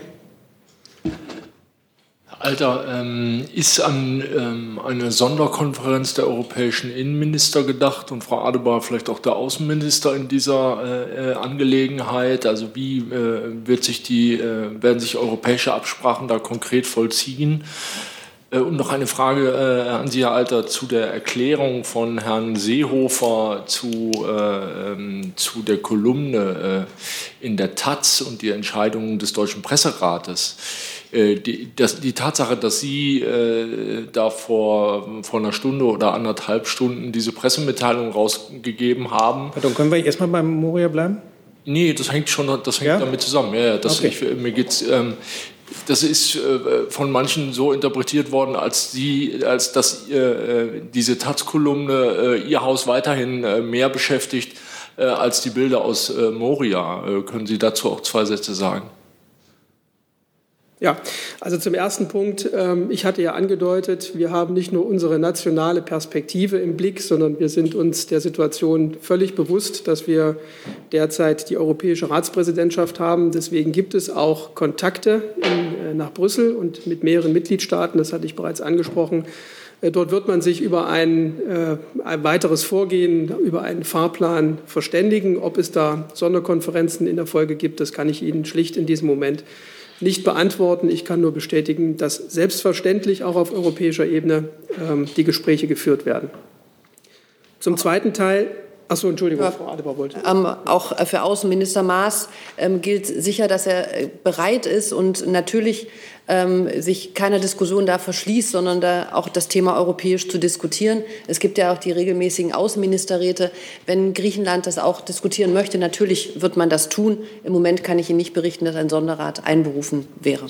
Speaker 16: Alter, ist an eine Sonderkonferenz der europäischen Innenminister gedacht und Frau Adebar vielleicht auch der Außenminister in dieser Angelegenheit? Also wie werden sich europäische Absprachen da konkret vollziehen? Und noch eine Frage an Sie, Herr Alter, zu der Erklärung von Herrn Seehofer zu der Kolumne in der Taz und die Entscheidung des Deutschen Presserates. Die Tatsache, dass Sie da vor einer Stunde oder anderthalb Stunden diese Pressemitteilung rausgegeben haben.
Speaker 3: Pardon, können wir erstmal beim Moria bleiben?
Speaker 16: Nee, das hängt damit zusammen. Ja,
Speaker 3: okay.
Speaker 16: Mir geht's. Das ist von manchen so interpretiert worden, als dass diese Taz-Kolumne Ihr Haus weiterhin mehr beschäftigt als die Bilder aus Moria. Können Sie dazu auch 2 Sätze sagen?
Speaker 2: Ja, also zum ersten Punkt. Ich hatte ja angedeutet, wir haben nicht nur unsere nationale Perspektive im Blick, sondern wir sind uns der Situation völlig bewusst, dass wir derzeit die europäische Ratspräsidentschaft haben. Deswegen gibt es auch Kontakte nach Brüssel und mit mehreren Mitgliedstaaten, das hatte ich bereits angesprochen. Dort wird man sich über ein weiteres Vorgehen, über einen Fahrplan verständigen. Ob es da Sonderkonferenzen in der Folge gibt, das kann ich Ihnen schlicht in diesem Moment nicht beantworten. Ich kann nur bestätigen, dass selbstverständlich auch auf europäischer Ebene die Gespräche geführt werden. Zum zweiten Teil. Achso, Entschuldigung, Frau Adebar wollte.
Speaker 8: Auch für Außenminister Maas gilt sicher, dass er bereit ist und natürlich sich keiner Diskussion da verschließt, sondern da auch das Thema europäisch zu diskutieren. Es gibt ja auch die regelmäßigen Außenministerräte. Wenn Griechenland das auch diskutieren möchte, natürlich wird man das tun. Im Moment kann ich Ihnen nicht berichten, dass ein Sonderrat einberufen wäre.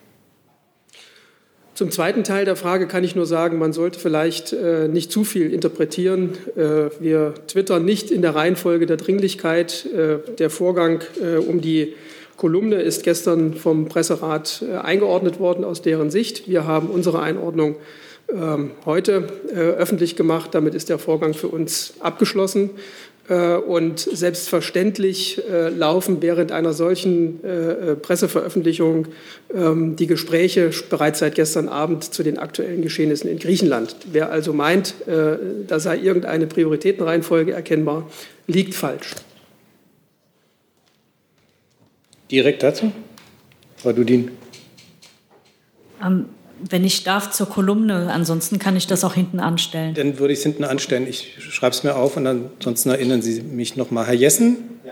Speaker 2: Zum zweiten Teil der Frage kann ich nur sagen, man sollte vielleicht nicht zu viel interpretieren. Wir twittern nicht in der Reihenfolge der Dringlichkeit. Der Vorgang um die Kolumne ist gestern vom Presserat eingeordnet worden aus deren Sicht. Wir haben unsere Einordnung heute öffentlich gemacht. Damit ist der Vorgang für uns abgeschlossen. Und selbstverständlich laufen während einer solchen Presseveröffentlichung die Gespräche bereits seit gestern Abend zu den aktuellen Geschehnissen in Griechenland. Wer also meint, da sei irgendeine Prioritätenreihenfolge erkennbar, liegt falsch.
Speaker 3: Direkt dazu? Frau Dudin.
Speaker 15: Wenn ich darf, zur Kolumne. Ansonsten kann ich das auch hinten anstellen.
Speaker 3: Dann würde ich es hinten anstellen. Ich schreibe es mir auf und ansonsten erinnern Sie mich noch mal. Herr Jessen? Ja.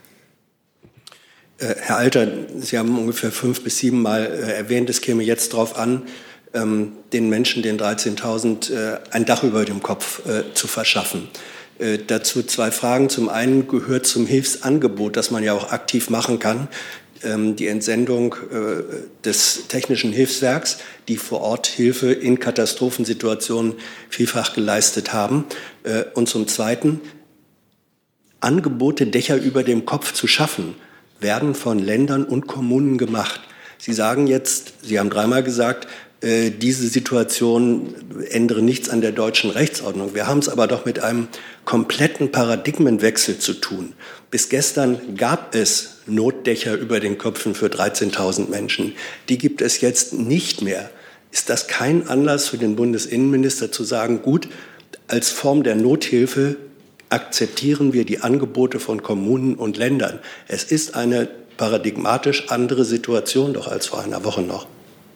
Speaker 12: Herr Alter, Sie haben ungefähr 5 bis 7 Mal erwähnt, es käme jetzt darauf an, den Menschen, den 13.000, ein Dach über dem Kopf zu verschaffen. Dazu 2 Fragen. Zum einen gehört zum Hilfsangebot, das man ja auch aktiv machen kann, die Entsendung des Technischen Hilfswerks, die vor Ort Hilfe in Katastrophensituationen vielfach geleistet haben. Und zum Zweiten, Angebote, Dächer über dem Kopf zu schaffen, werden von Ländern und Kommunen gemacht. Sie sagen jetzt, Sie haben 3-mal gesagt, diese Situation ändere nichts an der deutschen Rechtsordnung. Wir haben es aber doch mit einem kompletten Paradigmenwechsel zu tun. Bis gestern gab es Notdächer über den Köpfen für 13.000 Menschen. Die gibt es jetzt nicht mehr. Ist das kein Anlass für den Bundesinnenminister zu sagen, gut, als Form der Nothilfe akzeptieren wir die Angebote von Kommunen und Ländern? Es ist eine paradigmatisch andere Situation doch als vor einer Woche noch.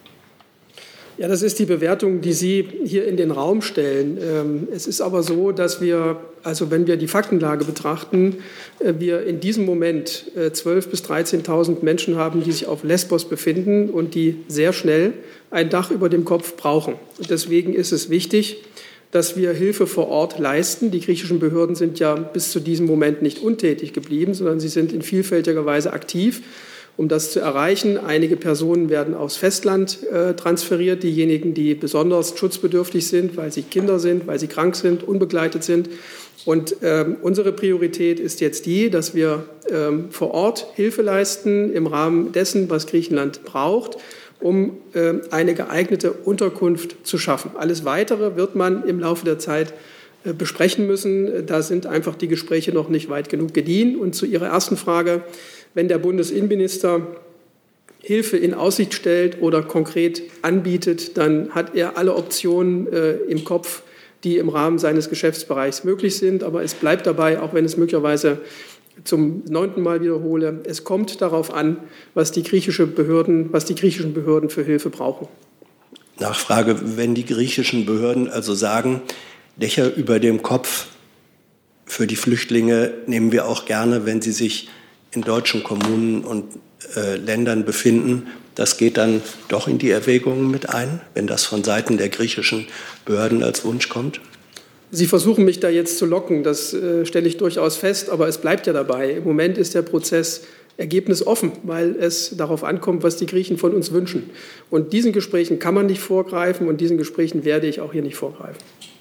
Speaker 2: Ja, das ist die Bewertung, die Sie hier in den Raum stellen. Es ist aber so, dass wir, also wenn wir die Faktenlage betrachten, wir in diesem Moment 12.000 bis 13.000 Menschen haben, die sich auf Lesbos befinden und die sehr schnell ein Dach über dem Kopf brauchen. Und deswegen ist es wichtig, dass wir Hilfe vor Ort leisten. Die griechischen Behörden sind ja bis zu diesem Moment nicht untätig geblieben, sondern sie sind in vielfältiger Weise aktiv, um das zu erreichen. Einige Personen werden aufs Festland transferiert, diejenigen, die besonders schutzbedürftig sind, weil sie Kinder sind, weil sie krank sind, unbegleitet sind. Und unsere Priorität ist jetzt die, dass wir vor Ort Hilfe leisten im Rahmen dessen, was Griechenland braucht, um eine geeignete Unterkunft zu schaffen. Alles Weitere wird man im Laufe der Zeit besprechen müssen. Da sind einfach die Gespräche noch nicht weit genug gediehen. Und zu Ihrer ersten Frage: Wenn der Bundesinnenminister Hilfe in Aussicht stellt oder konkret anbietet, dann hat er alle Optionen im Kopf, die im Rahmen seines Geschäftsbereichs möglich sind. Aber es bleibt dabei, auch wenn es möglicherweise zum 9. Mal wiederhole, es kommt darauf an, was die griechischen Behörden für Hilfe brauchen.
Speaker 12: Nachfrage: Wenn die griechischen Behörden also sagen, Dächer über dem Kopf für die Flüchtlinge nehmen wir auch gerne, wenn sie sich in deutschen Kommunen und Ländern befinden, das geht dann doch in die Erwägungen mit ein, wenn das von Seiten der griechischen Behörden als Wunsch kommt?
Speaker 2: Sie versuchen mich da jetzt zu locken, das stelle ich durchaus fest, aber es bleibt ja dabei. Im Moment ist der Prozess ergebnisoffen, weil es darauf ankommt, was die Griechen von uns wünschen. Und diesen Gesprächen kann man nicht vorgreifen und diesen Gesprächen werde ich auch hier nicht vorgreifen.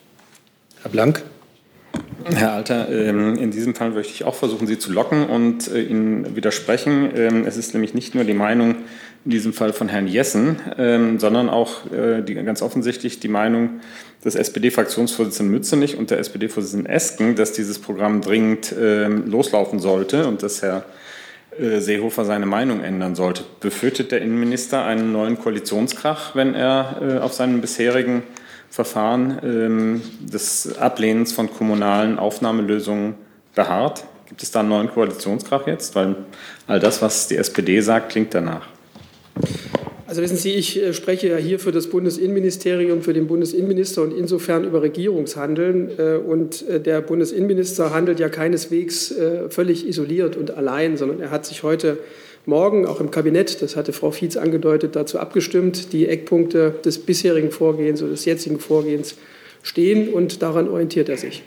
Speaker 3: Herr Blank.
Speaker 14: Herr Alter, in diesem Fall möchte ich auch versuchen, Sie zu locken und Ihnen widersprechen. Es ist nämlich nicht nur die Meinung in diesem Fall von Herrn Jessen, sondern auch ganz offensichtlich die Meinung des SPD-Fraktionsvorsitzenden Mützenich und der SPD-Vorsitzenden Esken, dass dieses Programm dringend loslaufen sollte und dass Herr Seehofer seine Meinung ändern sollte. Befürchtet der Innenminister einen neuen Koalitionskrach, wenn er auf seinem bisherigen Verfahren des Ablehnens von kommunalen Aufnahmelösungen beharrt? Gibt es da einen neuen Koalitionskrach jetzt? Weil all das, was die SPD sagt, klingt danach.
Speaker 2: Also wissen Sie, ich spreche ja hier für das Bundesinnenministerium, für den Bundesinnenminister und insofern über Regierungshandeln. Und der Bundesinnenminister handelt ja keineswegs völlig isoliert und allein, sondern er hat sich heute Morgen auch im Kabinett, das hatte Frau Fietz angedeutet, dazu abgestimmt, die Eckpunkte des bisherigen Vorgehens oder des jetzigen Vorgehens stehen und daran orientiert er sich.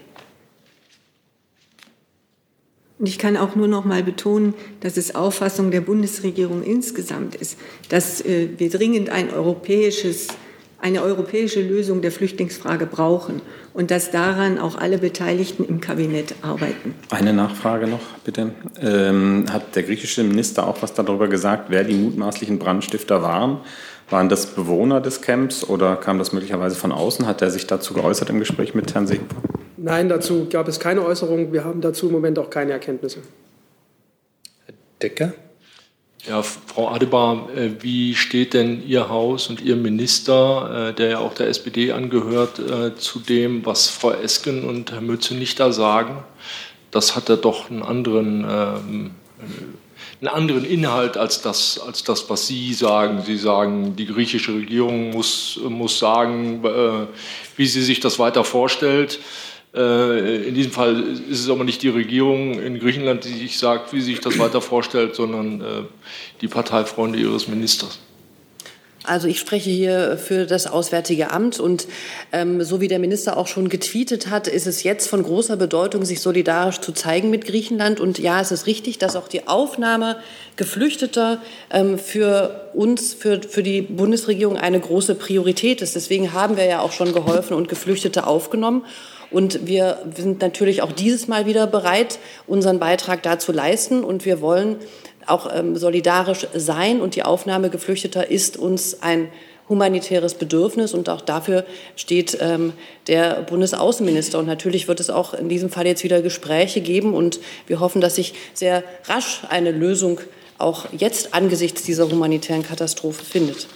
Speaker 7: Und ich kann auch nur noch mal betonen, dass es Auffassung der Bundesregierung insgesamt ist, dass wir dringend eine europäische Lösung der Flüchtlingsfrage brauchen und dass daran auch alle Beteiligten im Kabinett arbeiten.
Speaker 14: Eine Nachfrage noch, bitte. Hat der griechische Minister auch was darüber gesagt, wer die mutmaßlichen Brandstifter waren? Waren das Bewohner des Camps oder kam das möglicherweise von außen? Hat er sich dazu geäußert im Gespräch mit Herrn Seehofer?
Speaker 2: Nein, dazu gab es keine Äußerung. Wir haben dazu im Moment auch keine Erkenntnisse.
Speaker 3: Herr Decker?
Speaker 16: Ja, Frau Adebar, wie steht denn Ihr Haus und Ihr Minister, der ja auch der SPD angehört, zu dem, was Frau Esken und Herr Mützenich da sagen? Das hat ja doch einen anderen Inhalt als das, was Sie sagen. Sie sagen, die griechische Regierung muss sagen, wie sie sich das weiter vorstellt. In diesem Fall ist es aber nicht die Regierung in Griechenland, die sich sagt, wie sie sich das weiter vorstellt, sondern die Parteifreunde ihres Ministers.
Speaker 8: Also ich spreche hier für das Auswärtige Amt und so wie der Minister auch schon getweetet hat, ist es jetzt von großer Bedeutung, sich solidarisch zu zeigen mit Griechenland. Und ja, es ist richtig, dass auch die Aufnahme Geflüchteter für uns, für die Bundesregierung eine große Priorität ist. Deswegen haben wir ja auch schon geholfen und Geflüchtete aufgenommen. Und wir sind natürlich auch dieses Mal wieder bereit, unseren Beitrag dazu leisten. Und wir wollen auch solidarisch sein. Und die Aufnahme Geflüchteter ist uns ein humanitäres Bedürfnis. Und auch dafür steht der Bundesaußenminister. Und natürlich wird es auch in diesem Fall jetzt wieder Gespräche geben. Und wir hoffen, dass sich sehr rasch eine Lösung auch jetzt angesichts dieser humanitären Katastrophe findet.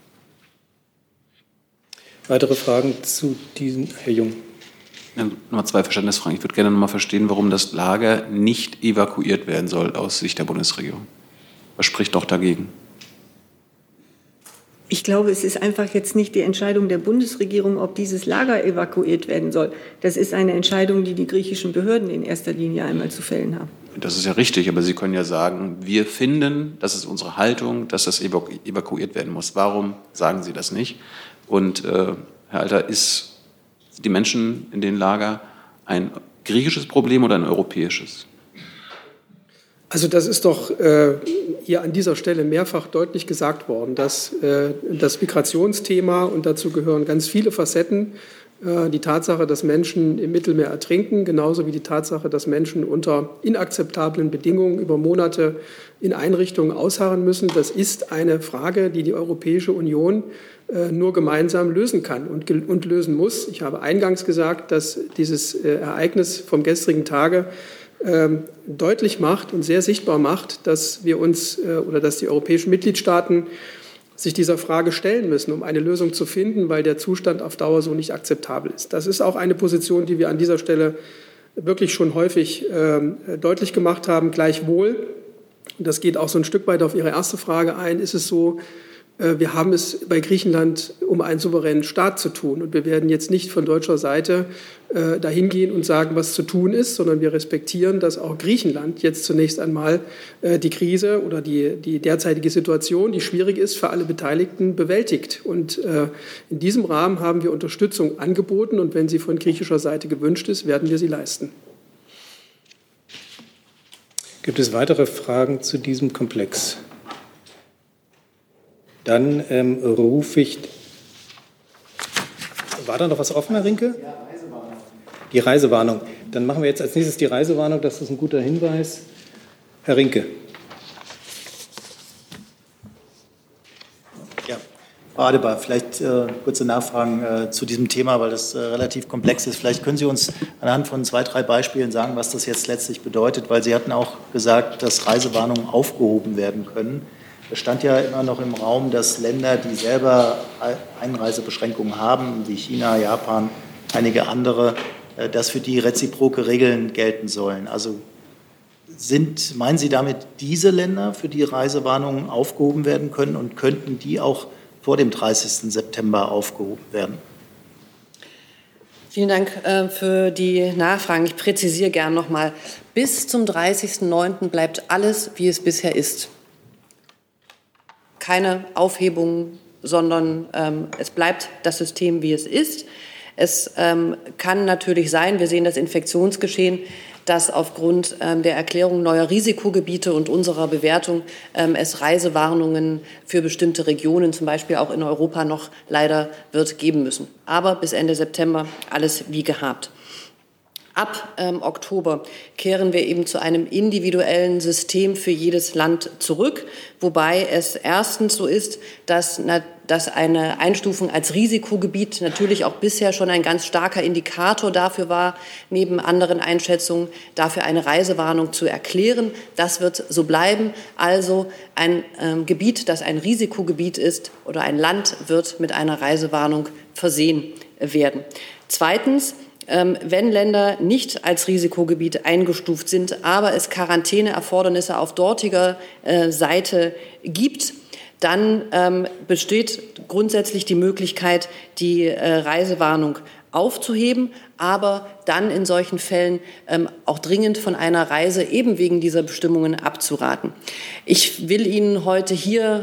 Speaker 3: Weitere Fragen zu diesem, Herr Jung?
Speaker 1: Ja, nochmal zwei Verständnisfragen. Ich würde gerne nochmal verstehen, warum das Lager nicht evakuiert werden soll aus Sicht der Bundesregierung. Was spricht doch dagegen?
Speaker 7: Ich glaube, es ist einfach jetzt nicht die Entscheidung der Bundesregierung, ob dieses Lager evakuiert werden soll. Das ist eine Entscheidung, die die griechischen Behörden in erster Linie einmal zu fällen haben.
Speaker 1: Das ist ja richtig, aber Sie können ja sagen, wir finden, das ist unsere Haltung, dass das evakuiert werden muss. Warum sagen Sie das nicht? Und Herr Alter, ist die Menschen in den Lager ein griechisches Problem oder ein europäisches?
Speaker 2: Also das ist doch hier an dieser Stelle mehrfach deutlich gesagt worden, dass das Migrationsthema, und dazu gehören ganz viele Facetten, die Tatsache, dass Menschen im Mittelmeer ertrinken, genauso wie die Tatsache, dass Menschen unter inakzeptablen Bedingungen über Monate in Einrichtungen ausharren müssen, das ist eine Frage, die die Europäische Union nur gemeinsam lösen kann und lösen muss. Ich habe eingangs gesagt, dass dieses Ereignis vom gestrigen Tage deutlich macht und sehr sichtbar macht, dass wir uns oder dass die europäischen Mitgliedstaaten sich dieser Frage stellen müssen, um eine Lösung zu finden, weil der Zustand auf Dauer so nicht akzeptabel ist. Das ist auch eine Position, die wir an dieser Stelle wirklich schon häufig deutlich gemacht haben. Gleichwohl, und das geht auch so ein Stück weit auf Ihre erste Frage ein, ist es so, wir haben es bei Griechenland um einen souveränen Staat zu tun. Und wir werden jetzt nicht von deutscher Seite dahin gehen und sagen, was zu tun ist, sondern wir respektieren, dass auch Griechenland jetzt zunächst einmal die Krise oder die derzeitige Situation, die schwierig ist für alle Beteiligten, bewältigt. Und in diesem Rahmen haben wir Unterstützung angeboten. Und wenn sie von griechischer Seite gewünscht ist, werden wir sie leisten.
Speaker 3: Gibt es weitere Fragen zu diesem Komplex? Dann rufe ich. War da noch was offen, Herr Rinke? Ja, Reisewarnung. Die Reisewarnung. Dann machen wir jetzt als nächstes die Reisewarnung. Das ist ein guter Hinweis. Herr Rinke.
Speaker 17: Ja, Frau Adebar, vielleicht kurze Nachfragen zu diesem Thema, weil das relativ komplex ist. Vielleicht können Sie uns anhand von 2, 3 Beispielen sagen, was das jetzt letztlich bedeutet, weil Sie hatten auch gesagt, dass Reisewarnungen aufgehoben werden können. Es stand ja immer noch im Raum, dass Länder, die selber Einreisebeschränkungen haben, wie China, Japan, einige andere, dass für die reziproke Regeln gelten sollen. Also Meinen Sie damit diese Länder, für die Reisewarnungen aufgehoben werden können, und könnten die auch vor dem 30. September aufgehoben werden?
Speaker 8: Vielen Dank für die Nachfragen. Ich präzisiere gern noch mal. Bis zum 30.09. bleibt alles, wie es bisher ist. Keine Aufhebung, sondern es bleibt das System, wie es ist. Es kann natürlich sein, wir sehen das Infektionsgeschehen, dass aufgrund der Erklärung neuer Risikogebiete und unserer Bewertung es Reisewarnungen für bestimmte Regionen, zum Beispiel auch in Europa, noch leider wird geben müssen. Aber bis Ende September alles wie gehabt. Ab Oktober kehren wir eben zu einem individuellen System für jedes Land zurück, wobei es erstens so ist, dass eine Einstufung als Risikogebiet natürlich auch bisher schon ein ganz starker Indikator dafür war, neben anderen Einschätzungen dafür eine Reisewarnung zu erklären. Das wird so bleiben. Also ein Gebiet, das ein Risikogebiet ist, oder ein Land wird mit einer Reisewarnung versehen werden. Zweitens, wenn Länder nicht als Risikogebiet eingestuft sind, aber es Quarantäneerfordernisse auf dortiger Seite gibt, dann besteht grundsätzlich die Möglichkeit, die Reisewarnung aufzuheben, aber dann in solchen Fällen auch dringend von einer Reise eben wegen dieser Bestimmungen abzuraten. Ich will Ihnen heute hier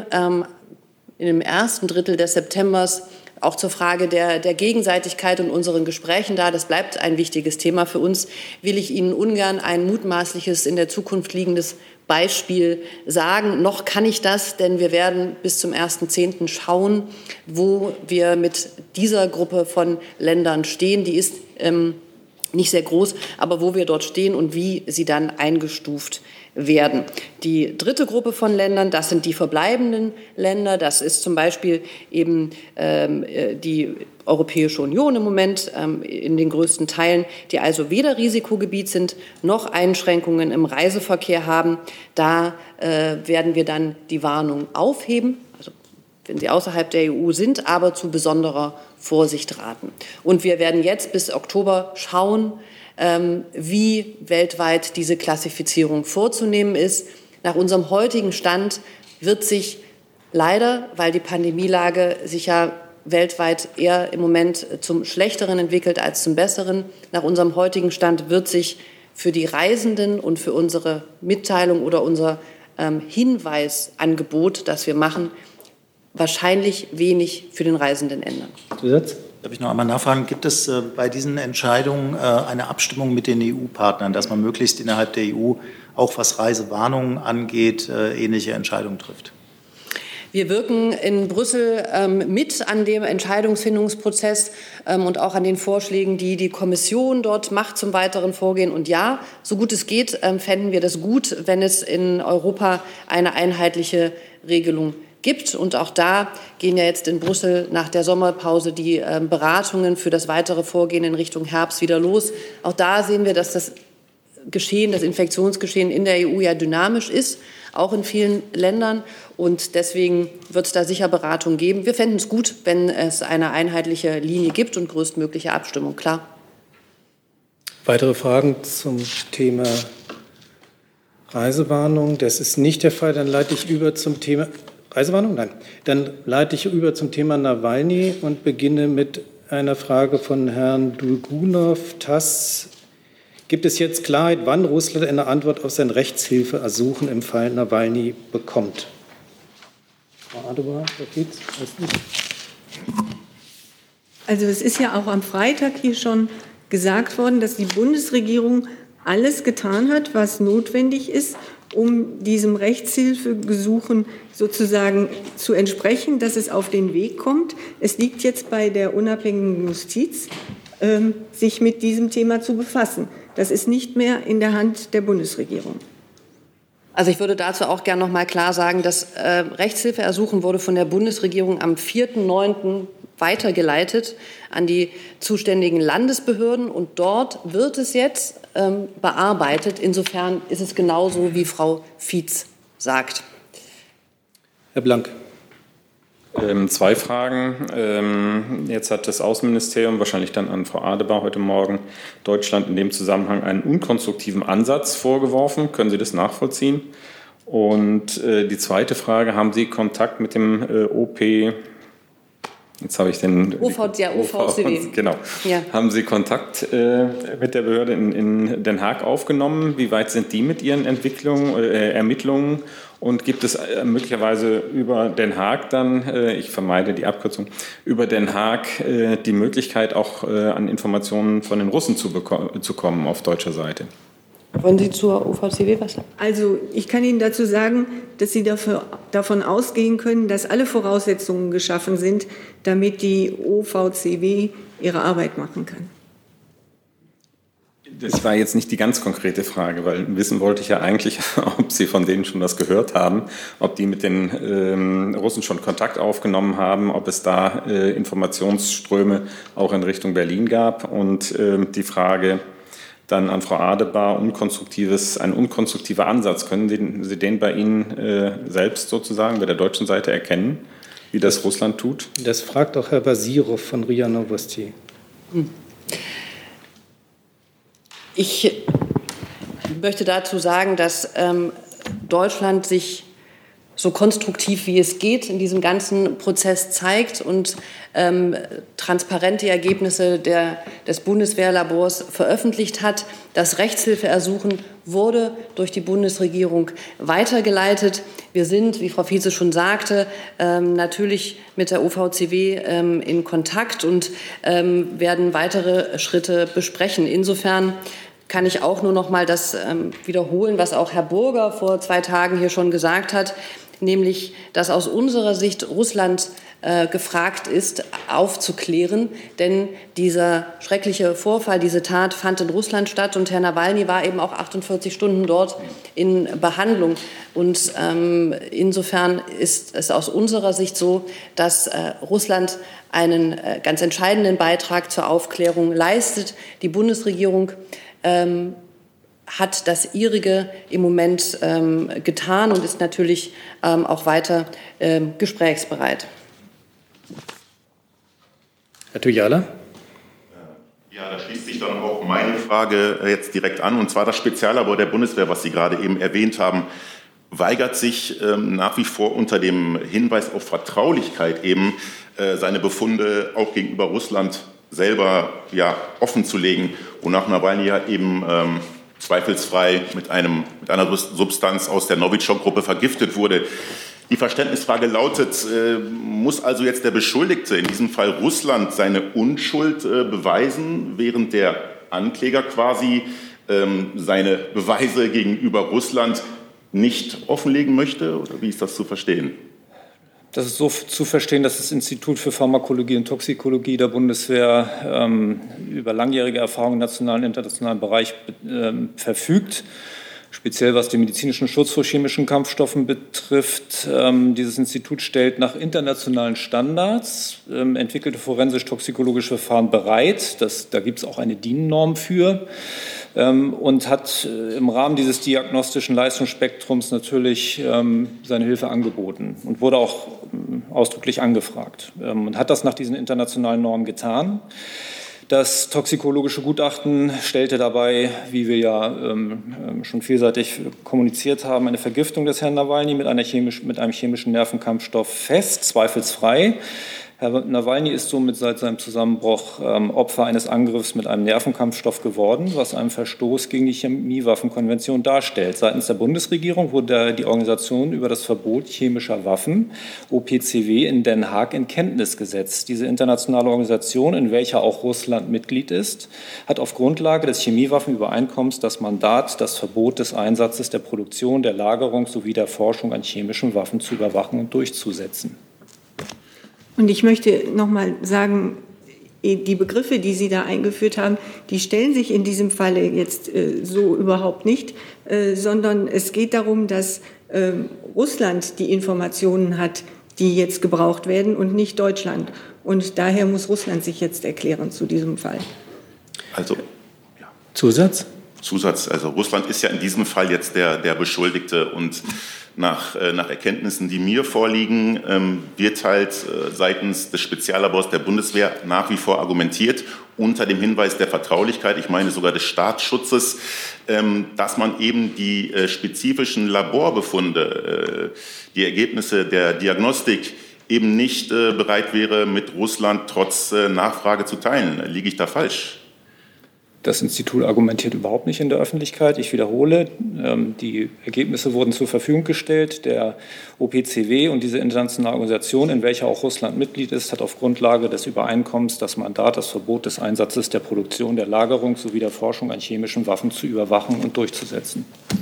Speaker 8: in dem ersten Drittel des Septembers auch zur Frage der Gegenseitigkeit und unseren Gesprächen da, das bleibt ein wichtiges Thema für uns, will ich Ihnen ungern ein mutmaßliches, in der Zukunft liegendes Beispiel sagen. Noch kann ich das, denn wir werden bis zum 1.10. schauen, wo wir mit dieser Gruppe von Ländern stehen. Die ist nicht sehr groß, aber wo wir dort stehen und wie sie dann eingestuft werden. Die dritte Gruppe von Ländern, das sind die verbleibenden Länder. Das ist zum Beispiel eben die Europäische Union im Moment in den größten Teilen, die also weder Risikogebiet sind noch Einschränkungen im Reiseverkehr haben. Da werden wir dann die Warnung aufheben, also wenn sie außerhalb der EU sind, aber zu besonderer Vorsicht raten. Und wir werden jetzt bis Oktober schauen, wie weltweit diese Klassifizierung vorzunehmen ist. Nach unserem heutigen Stand wird sich leider, weil die Pandemielage sich ja weltweit eher im Moment zum Schlechteren entwickelt als zum Besseren, nach unserem heutigen Stand wird sich für die Reisenden und für unsere Mitteilung oder unser Hinweisangebot, das wir machen, wahrscheinlich wenig für den Reisenden ändern.
Speaker 17: Zusatz? Darf ich noch einmal nachfragen, gibt es bei diesen Entscheidungen eine Abstimmung mit den EU-Partnern, dass man möglichst innerhalb der EU, auch was Reisewarnungen angeht, ähnliche Entscheidungen trifft?
Speaker 8: Wir wirken in Brüssel mit an dem Entscheidungsfindungsprozess und auch an den Vorschlägen, die die Kommission dort macht zum weiteren Vorgehen. Und ja, so gut es geht, fänden wir das gut, wenn es in Europa eine einheitliche Regelung gibt. Und auch da gehen ja jetzt in Brüssel nach der Sommerpause die Beratungen für das weitere Vorgehen in Richtung Herbst wieder los. Auch da sehen wir, dass das Infektionsgeschehen in der EU ja dynamisch ist, auch in vielen Ländern. Und deswegen wird es da sicher Beratung geben. Wir fänden es gut, wenn es eine einheitliche Linie gibt und größtmögliche Abstimmung, klar.
Speaker 3: Weitere Fragen zum Thema Reisewarnung? Das ist nicht der Fall. Dann leite ich über zum Thema Reisewarnung? Nein. Dann leite ich über zum Thema Nawalny und beginne mit einer Frage von Herrn Dulgunov, TASS. Gibt es jetzt Klarheit, wann Russland eine Antwort auf sein Rechtshilfeersuchen im Fall Nawalny bekommt? Frau Adebar, Herr Fietz, weiß nicht.
Speaker 7: Also es ist ja auch am Freitag hier schon gesagt worden, dass die Bundesregierung alles getan hat, was notwendig ist, um diesem Rechtshilfegesuchen sozusagen zu entsprechen, dass es auf den Weg kommt. Es liegt jetzt bei der unabhängigen Justiz, sich mit diesem Thema zu befassen. Das ist nicht mehr in der Hand der Bundesregierung.
Speaker 8: Also ich würde dazu auch gerne noch mal klar sagen, das Rechtshilfeersuchen wurde von der Bundesregierung am 4.9. weitergeleitet an die zuständigen Landesbehörden und dort wird es jetzt bearbeitet. Insofern ist es genauso, wie Frau Fietz sagt.
Speaker 3: Herr Blank.
Speaker 14: Zwei Fragen. Jetzt hat das Außenministerium, wahrscheinlich dann an Frau Adebar heute Morgen, Deutschland in dem Zusammenhang einen unkonstruktiven Ansatz vorgeworfen. Können Sie das nachvollziehen? Und die zweite Frage, haben Sie Kontakt mit dem OP? Jetzt habe ich den
Speaker 8: OVCW.
Speaker 14: Genau. Ja. Haben Sie Kontakt mit der Behörde in Den Haag aufgenommen? Wie weit sind die mit ihren Ermittlungen? Und gibt es möglicherweise über Den Haag dann, ich vermeide die Abkürzung, über Den Haag die Möglichkeit, auch an Informationen von den Russen zu kommen auf deutscher Seite?
Speaker 8: Wollen Sie zur OVCW was sagen?
Speaker 7: Also ich kann Ihnen dazu sagen, dass Sie davon ausgehen können, dass alle Voraussetzungen geschaffen sind, damit die OVCW ihre Arbeit machen kann.
Speaker 14: Das war jetzt nicht die ganz konkrete Frage, weil wissen wollte ich ja eigentlich, ob Sie von denen schon was gehört haben, ob die mit den Russen schon Kontakt aufgenommen haben, ob es da Informationsströme auch in Richtung Berlin gab. Und die Frage dann an Frau Adebar, ein unkonstruktiver Ansatz. Können Sie den bei Ihnen selbst sozusagen, bei der deutschen Seite erkennen, wie das Russland tut?
Speaker 3: Das fragt auch Herr Basirov von RIA Novosti.
Speaker 8: Ich möchte dazu sagen, dass Deutschland sich so konstruktiv wie es geht in diesem ganzen Prozess zeigt und transparente Ergebnisse des Bundeswehrlabors veröffentlicht hat. Das Rechtshilfeersuchen wurde durch die Bundesregierung weitergeleitet. Wir sind, wie Frau Fietze schon sagte, natürlich mit der OVCW in Kontakt und werden weitere Schritte besprechen. Insofern kann ich auch nur noch mal das wiederholen, was auch Herr Burger vor 2 Tagen hier schon gesagt hat, nämlich, dass aus unserer Sicht Russland gefragt ist, aufzuklären. Denn dieser schreckliche Vorfall, diese Tat fand in Russland statt und Herr Nawalny war eben auch 48 Stunden dort in Behandlung. Und insofern ist es aus unserer Sicht so, dass Russland einen ganz entscheidenden Beitrag zur Aufklärung leistet. Die Bundesregierung hat das ihrige im Moment getan und ist natürlich auch weiter gesprächsbereit.
Speaker 3: Herr Tujala?
Speaker 18: Ja, da schließt sich dann auch meine Frage jetzt direkt an, und zwar das Speziallabor der Bundeswehr, was Sie gerade eben erwähnt haben, weigert sich nach wie vor unter dem Hinweis auf Vertraulichkeit eben seine Befunde auch gegenüber Russland selber offen zu legen, wonach Nawalny ja eben zweifelsfrei mit einer Substanz aus der Novichok-Gruppe vergiftet wurde. Die Verständnisfrage lautet, muss also jetzt der Beschuldigte, in diesem Fall Russland, seine Unschuld beweisen, während der Ankläger quasi seine Beweise gegenüber Russland nicht offenlegen möchte? Oder wie ist das zu verstehen?
Speaker 9: Das ist so zu verstehen, dass das Institut für Pharmakologie und Toxikologie der Bundeswehr über langjährige Erfahrungen im nationalen und internationalen Bereich verfügt. Speziell was den medizinischen Schutz vor chemischen Kampfstoffen betrifft. Dieses Institut stellt nach internationalen Standards entwickelte forensisch-toxikologische Verfahren bereit. Da gibt es auch eine DIN-Norm für. Und hat im Rahmen dieses diagnostischen Leistungsspektrums natürlich seine Hilfe angeboten und wurde auch ausdrücklich angefragt und hat das nach diesen internationalen Normen getan. Das toxikologische Gutachten stellte dabei, wie wir ja schon vielseitig kommuniziert haben, eine Vergiftung des Herrn Nawalny mit einem chemischen Nervenkampfstoff fest, zweifelsfrei. Herr Nawalny ist somit seit seinem Zusammenbruch Opfer eines Angriffs mit einem Nervenkampfstoff geworden, was einen Verstoß gegen die Chemiewaffenkonvention darstellt. Seitens der Bundesregierung wurde die Organisation über das Verbot chemischer Waffen, OPCW, in Den Haag in Kenntnis gesetzt. Diese internationale Organisation, in welcher auch Russland Mitglied ist, hat auf Grundlage des Chemiewaffenübereinkommens das Mandat, das Verbot des Einsatzes, der Produktion, der Lagerung sowie der Forschung an chemischen Waffen zu überwachen und durchzusetzen.
Speaker 7: Und ich möchte noch mal sagen, die Begriffe, die Sie da eingeführt haben, die stellen sich in diesem Falle jetzt so überhaupt nicht, sondern es geht darum, dass Russland die Informationen hat, die jetzt gebraucht werden und nicht Deutschland. Und daher muss Russland sich jetzt erklären zu diesem Fall.
Speaker 18: Also
Speaker 3: Zusatz?
Speaker 18: Also Russland ist ja in diesem Fall jetzt der Beschuldigte, und nach Erkenntnissen, die mir vorliegen, wird halt seitens des Speziallabors der Bundeswehr nach wie vor argumentiert, unter dem Hinweis der Vertraulichkeit, ich meine sogar des Staatsschutzes, dass man eben die spezifischen Laborbefunde, die Ergebnisse der Diagnostik eben nicht bereit wäre, mit Russland trotz Nachfrage zu teilen. Liege ich da falsch?
Speaker 9: Das Institut argumentiert überhaupt nicht in der Öffentlichkeit. Ich wiederhole, die Ergebnisse wurden zur Verfügung gestellt. Der OPCW und diese internationale Organisation, in welcher auch Russland Mitglied ist, hat auf Grundlage des Übereinkommens das Mandat, das Verbot des Einsatzes, der Produktion, der Lagerung sowie der Forschung an chemischen Waffen zu überwachen und durchzusetzen.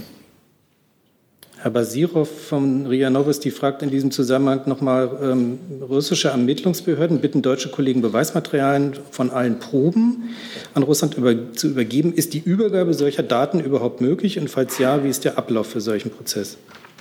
Speaker 3: Herr Basirov von RIA Novosti fragt in diesem Zusammenhang nochmal, russische Ermittlungsbehörden bitten deutsche Kollegen, Beweismaterialien von allen Proben an Russland zu übergeben. Ist die Übergabe solcher Daten überhaupt möglich? Und falls ja, wie ist der Ablauf für solchen Prozess?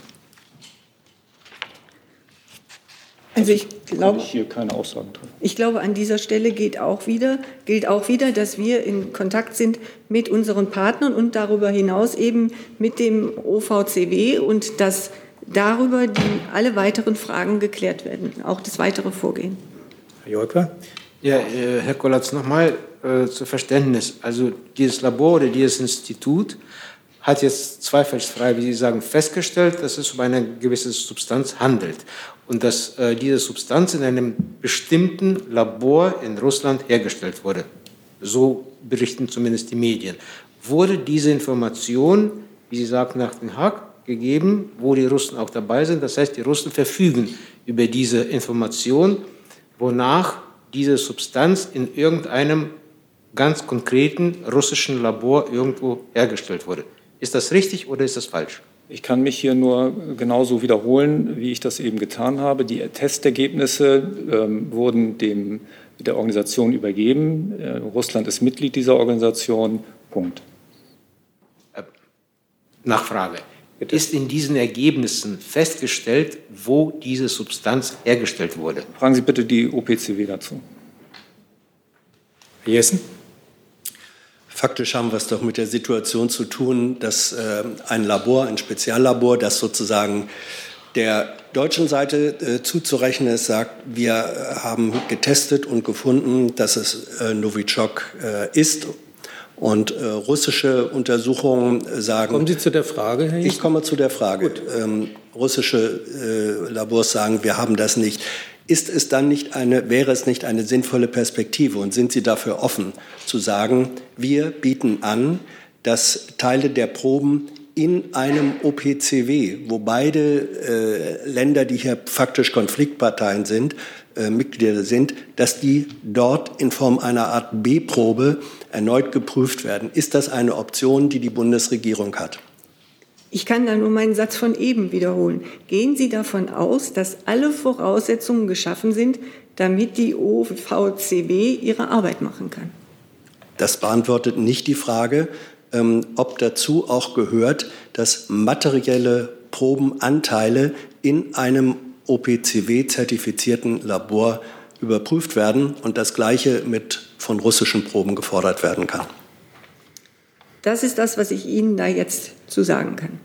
Speaker 7: Also ich glaube,
Speaker 9: hier keine Aussagen treffen.
Speaker 7: Ich glaube, an dieser Stelle gilt auch wieder, dass wir in Kontakt sind mit unseren Partnern und darüber hinaus eben mit dem OVCW und dass darüber alle weiteren Fragen geklärt werden, auch das weitere Vorgehen.
Speaker 3: Herr Jolka?
Speaker 19: Ja, Herr Kollatz, nochmal zu Verständnis. Also dieses Labor oder dieses Institut hat jetzt zweifelsfrei, wie Sie sagen, festgestellt, dass es um eine gewisse Substanz handelt und dass diese Substanz in einem bestimmten Labor in Russland hergestellt wurde. So berichten zumindest die Medien. Wurde diese Information, wie Sie sagen, nach Den Haag gegeben, wo die Russen auch dabei sind? Das heißt, die Russen verfügen über diese Information, wonach diese Substanz in irgendeinem ganz konkreten russischen Labor irgendwo hergestellt wurde. Ist das richtig oder ist das falsch?
Speaker 9: Ich kann mich hier nur genauso wiederholen, wie ich das eben getan habe. Die Testergebnisse wurden der Organisation übergeben. Russland ist Mitglied dieser Organisation. Punkt.
Speaker 19: Nachfrage. Ist in diesen Ergebnissen festgestellt, wo diese Substanz hergestellt wurde?
Speaker 9: Fragen Sie bitte die OPCW dazu.
Speaker 3: Herr Jessen?
Speaker 12: Faktisch haben wir es doch mit der Situation zu tun, dass ein Labor, ein Speziallabor, das sozusagen der deutschen Seite zuzurechnen ist, sagt, wir haben getestet und gefunden, dass es Novichok ist. Und russische Untersuchungen sagen...
Speaker 3: Kommen Sie zu der Frage, Herr Jessen?
Speaker 12: Ich komme zu der Frage. Russische Labors sagen, wir haben das nicht. Wäre es nicht eine sinnvolle Perspektive und sind Sie dafür offen, zu sagen, wir bieten an, dass Teile der Proben in einem OPCW, wo beide Länder, die hier faktisch Konfliktparteien sind, Mitglieder sind, dass die dort in Form einer Art B-Probe erneut geprüft werden? Ist das eine Option, die die Bundesregierung hat?
Speaker 7: Ich kann da nur meinen Satz von eben wiederholen. Gehen Sie davon aus, dass alle Voraussetzungen geschaffen sind, damit die OVCW ihre Arbeit machen kann?
Speaker 12: Das beantwortet nicht die Frage, ob dazu auch gehört, dass materielle Probenanteile in einem OPCW-zertifizierten Labor überprüft werden und das Gleiche mit von russischen Proben gefordert werden kann.
Speaker 7: Das ist das, was ich Ihnen da jetzt zu sagen kann.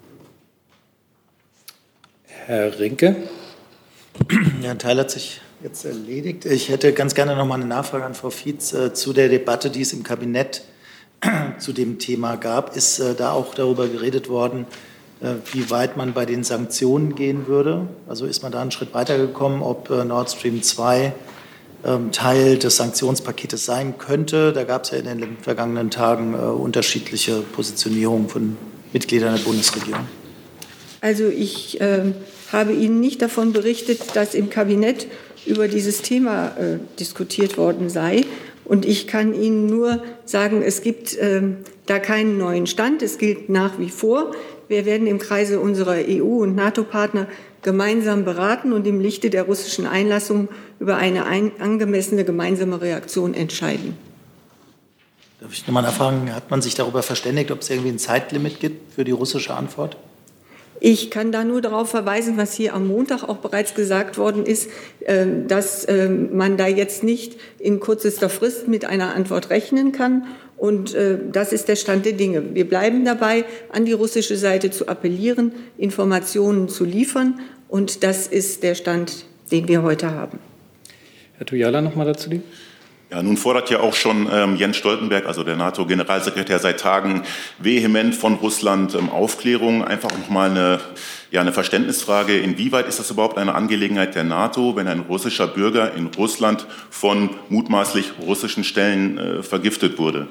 Speaker 3: Herr Rinke?
Speaker 17: Ja, ein Teil hat sich jetzt erledigt. Ich hätte ganz gerne noch mal eine Nachfrage an Frau Fietz zu der Debatte, die es im Kabinett zu dem Thema gab. Ist da auch darüber geredet worden, wie weit man bei den Sanktionen gehen würde? Also ist man da einen Schritt weitergekommen, ob Nord Stream 2 Teil des Sanktionspaketes sein könnte? Da gab es ja in den vergangenen Tagen unterschiedliche Positionierungen von Mitgliedern der Bundesregierung.
Speaker 7: Also ich habe Ihnen nicht davon berichtet, dass im Kabinett über dieses Thema diskutiert worden sei. Und ich kann Ihnen nur sagen, es gibt da keinen neuen Stand. Es gilt nach wie vor. Wir werden im Kreise unserer EU- und NATO-Partner gemeinsam beraten und im Lichte der russischen Einlassung über eine angemessene gemeinsame Reaktion entscheiden.
Speaker 17: Darf ich noch mal nachfragen, hat man sich darüber verständigt, ob es irgendwie ein Zeitlimit gibt für die russische Antwort?
Speaker 7: Ich kann da nur darauf verweisen, was hier am Montag auch bereits gesagt worden ist, dass man da jetzt nicht in kürzester Frist mit einer Antwort rechnen kann Und das ist der Stand der Dinge. Wir bleiben dabei, an die russische Seite zu appellieren, Informationen zu liefern. Und das ist der Stand, den wir heute haben.
Speaker 3: Herr Tujala, noch mal dazu.
Speaker 18: Ja, nun fordert ja auch schon Jens Stoltenberg, also der NATO-Generalsekretär, seit Tagen vehement von Russland Aufklärung. Einfach noch mal eine Verständnisfrage. Inwieweit ist das überhaupt eine Angelegenheit der NATO, wenn ein russischer Bürger in Russland von mutmaßlich russischen Stellen vergiftet wurde?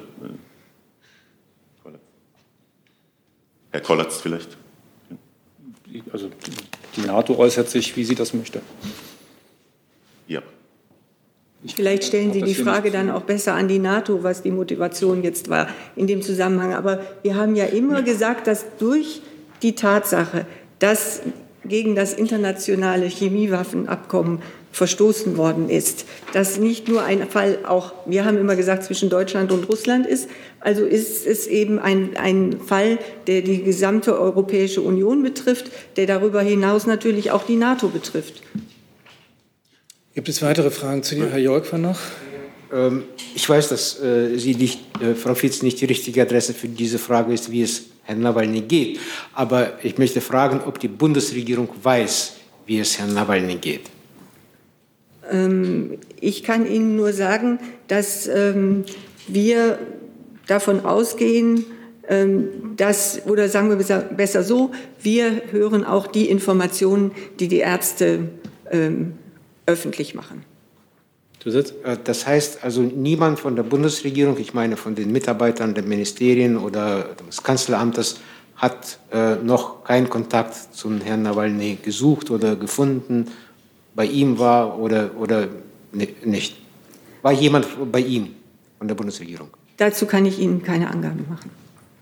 Speaker 18: Herr Kollatz vielleicht.
Speaker 9: Also die NATO äußert sich, wie sie das möchte.
Speaker 18: Ja.
Speaker 7: Vielleicht stellen Sie die Frage dann auch besser an die NATO, was die Motivation jetzt war in dem Zusammenhang. Aber wir haben ja immer gesagt, dass durch die Tatsache, dass gegen das internationale Chemiewaffenabkommen verstoßen worden ist, dass nicht nur ein Fall auch, wir haben immer gesagt, zwischen Deutschland und Russland ist, also ist es eben ein Fall, der die gesamte Europäische Union betrifft, der darüber hinaus natürlich auch die NATO betrifft.
Speaker 3: Gibt es weitere Fragen zu dir, Herr Jolkwa noch?
Speaker 19: Ich weiß, dass Sie nicht, Frau Fietz, nicht die richtige Adresse für diese Frage ist, wie es Herrn Nawalny geht. Aber ich möchte fragen, ob die Bundesregierung weiß, wie es Herrn Nawalny geht.
Speaker 7: Ich kann Ihnen nur sagen, dass wir davon ausgehen, oder sagen wir besser so, wir hören auch die Informationen, die die Ärzte öffentlich machen.
Speaker 19: Das heißt also, niemand von der Bundesregierung, ich meine von den Mitarbeitern der Ministerien oder des Kanzleramtes, hat noch keinen Kontakt zum Herrn Nawalny gesucht oder gefunden, bei ihm war oder nicht. War jemand bei ihm von der Bundesregierung?
Speaker 7: Dazu kann ich Ihnen keine Angaben machen.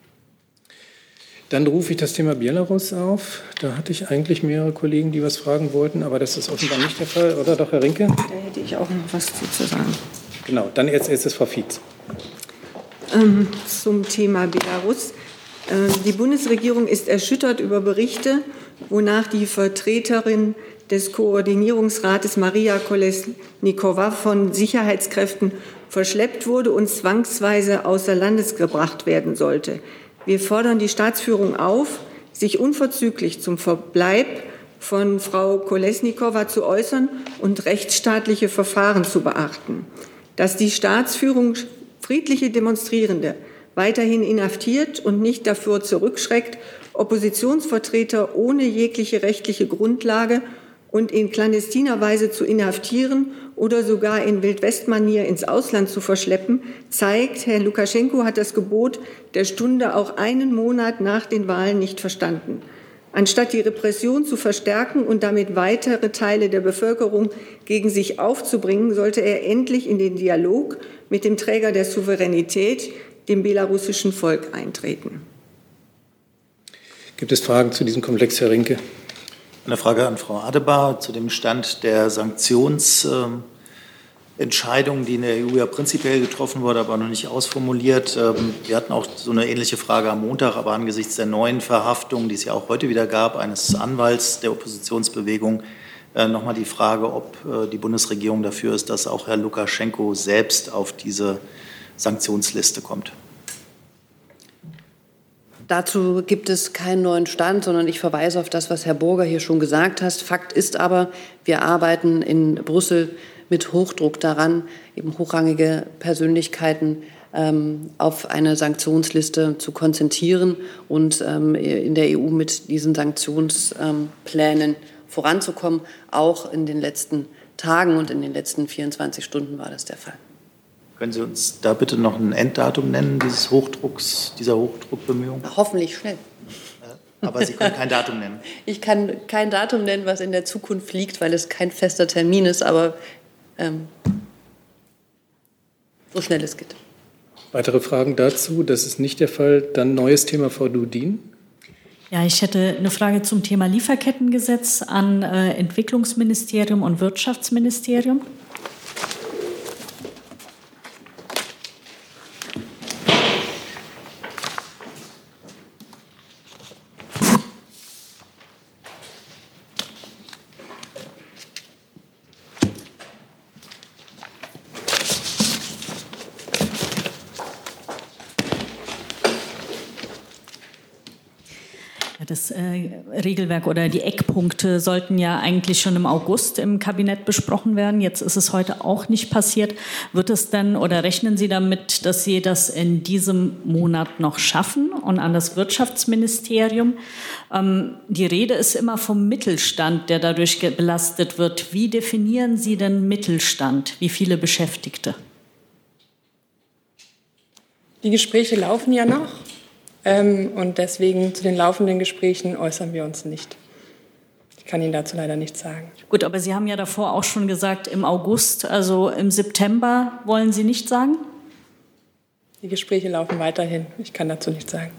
Speaker 3: Dann rufe ich das Thema Belarus auf. Da hatte ich eigentlich mehrere Kollegen, die was fragen wollten, aber das ist offenbar nicht der Fall, oder doch, Herr Rinke?
Speaker 7: Da hätte ich auch noch was zu sagen.
Speaker 3: Genau, dann jetzt ist Frau Fietz.
Speaker 7: Zum Thema Belarus. Die Bundesregierung ist erschüttert über Berichte, wonach die Vertreterin des Koordinierungsrates Maria Kolesnikova von Sicherheitskräften verschleppt wurde und zwangsweise außer Landes gebracht werden sollte. Wir fordern die Staatsführung auf, sich unverzüglich zum Verbleib von Frau Kolesnikova zu äußern und rechtsstaatliche Verfahren zu beachten. Dass die Staatsführung friedliche Demonstrierende weiterhin inhaftiert und nicht davor zurückschreckt, Oppositionsvertreter ohne jegliche rechtliche Grundlage und in clandestiner Weise zu inhaftieren oder sogar in Wildwestmanier ins Ausland zu verschleppen, zeigt, Herr Lukaschenko hat das Gebot der Stunde auch einen Monat nach den Wahlen nicht verstanden. Anstatt die Repression zu verstärken und damit weitere Teile der Bevölkerung gegen sich aufzubringen, sollte er endlich in den Dialog mit dem Träger der Souveränität, dem belarussischen Volk, eintreten.
Speaker 3: Gibt es Fragen zu diesem Komplex, Herr Rinke?
Speaker 17: Eine Frage an Frau Adebar zu dem Stand der Sanktionsentscheidung, die in der EU ja prinzipiell getroffen wurde, aber noch nicht ausformuliert. Wir hatten auch so eine ähnliche Frage am Montag, aber angesichts der neuen Verhaftung, die es ja auch heute wieder gab, eines Anwalts der Oppositionsbewegung, nochmal die Frage, ob die Bundesregierung dafür ist, dass auch Herr Lukaschenko selbst auf diese Sanktionsliste kommt.
Speaker 8: Dazu gibt es keinen neuen Stand, sondern ich verweise auf das, was Herr Burger hier schon gesagt hat. Fakt ist aber, wir arbeiten in Brüssel mit Hochdruck daran, eben hochrangige Persönlichkeiten auf eine Sanktionsliste zu konzentrieren und in der EU mit diesen Sanktionsplänen voranzukommen. Auch in den letzten Tagen und in den letzten 24 Stunden war das der Fall.
Speaker 17: Können Sie uns da bitte noch ein Enddatum nennen, dieser Hochdruckbemühungen?
Speaker 8: Hoffentlich schnell.
Speaker 17: Aber Sie können kein Datum nennen.
Speaker 8: Ich kann kein Datum nennen, was in der Zukunft liegt, weil es kein fester Termin ist, aber so schnell es geht.
Speaker 3: Weitere Fragen dazu? Das ist nicht der Fall. Dann neues Thema, Frau Dudin.
Speaker 15: Ja, ich hätte eine Frage zum Thema Lieferkettengesetz an Entwicklungsministerium und Wirtschaftsministerium. das Regelwerk oder die Eckpunkte sollten ja eigentlich schon im August im Kabinett besprochen werden. Jetzt ist es heute auch nicht passiert. Wird es denn oder rechnen Sie damit, dass Sie das in diesem Monat noch schaffen und an das Wirtschaftsministerium? Die Rede ist immer vom Mittelstand, der dadurch belastet wird. Wie definieren Sie denn Mittelstand? Wie viele Beschäftigte?
Speaker 20: Die Gespräche laufen ja noch. Und deswegen zu den laufenden Gesprächen äußern wir uns nicht. Ich kann Ihnen dazu leider nichts sagen.
Speaker 15: Gut, aber Sie haben ja davor auch schon gesagt, im August, also im September wollen Sie nicht sagen?
Speaker 20: Die Gespräche laufen weiterhin. Ich kann dazu nichts sagen.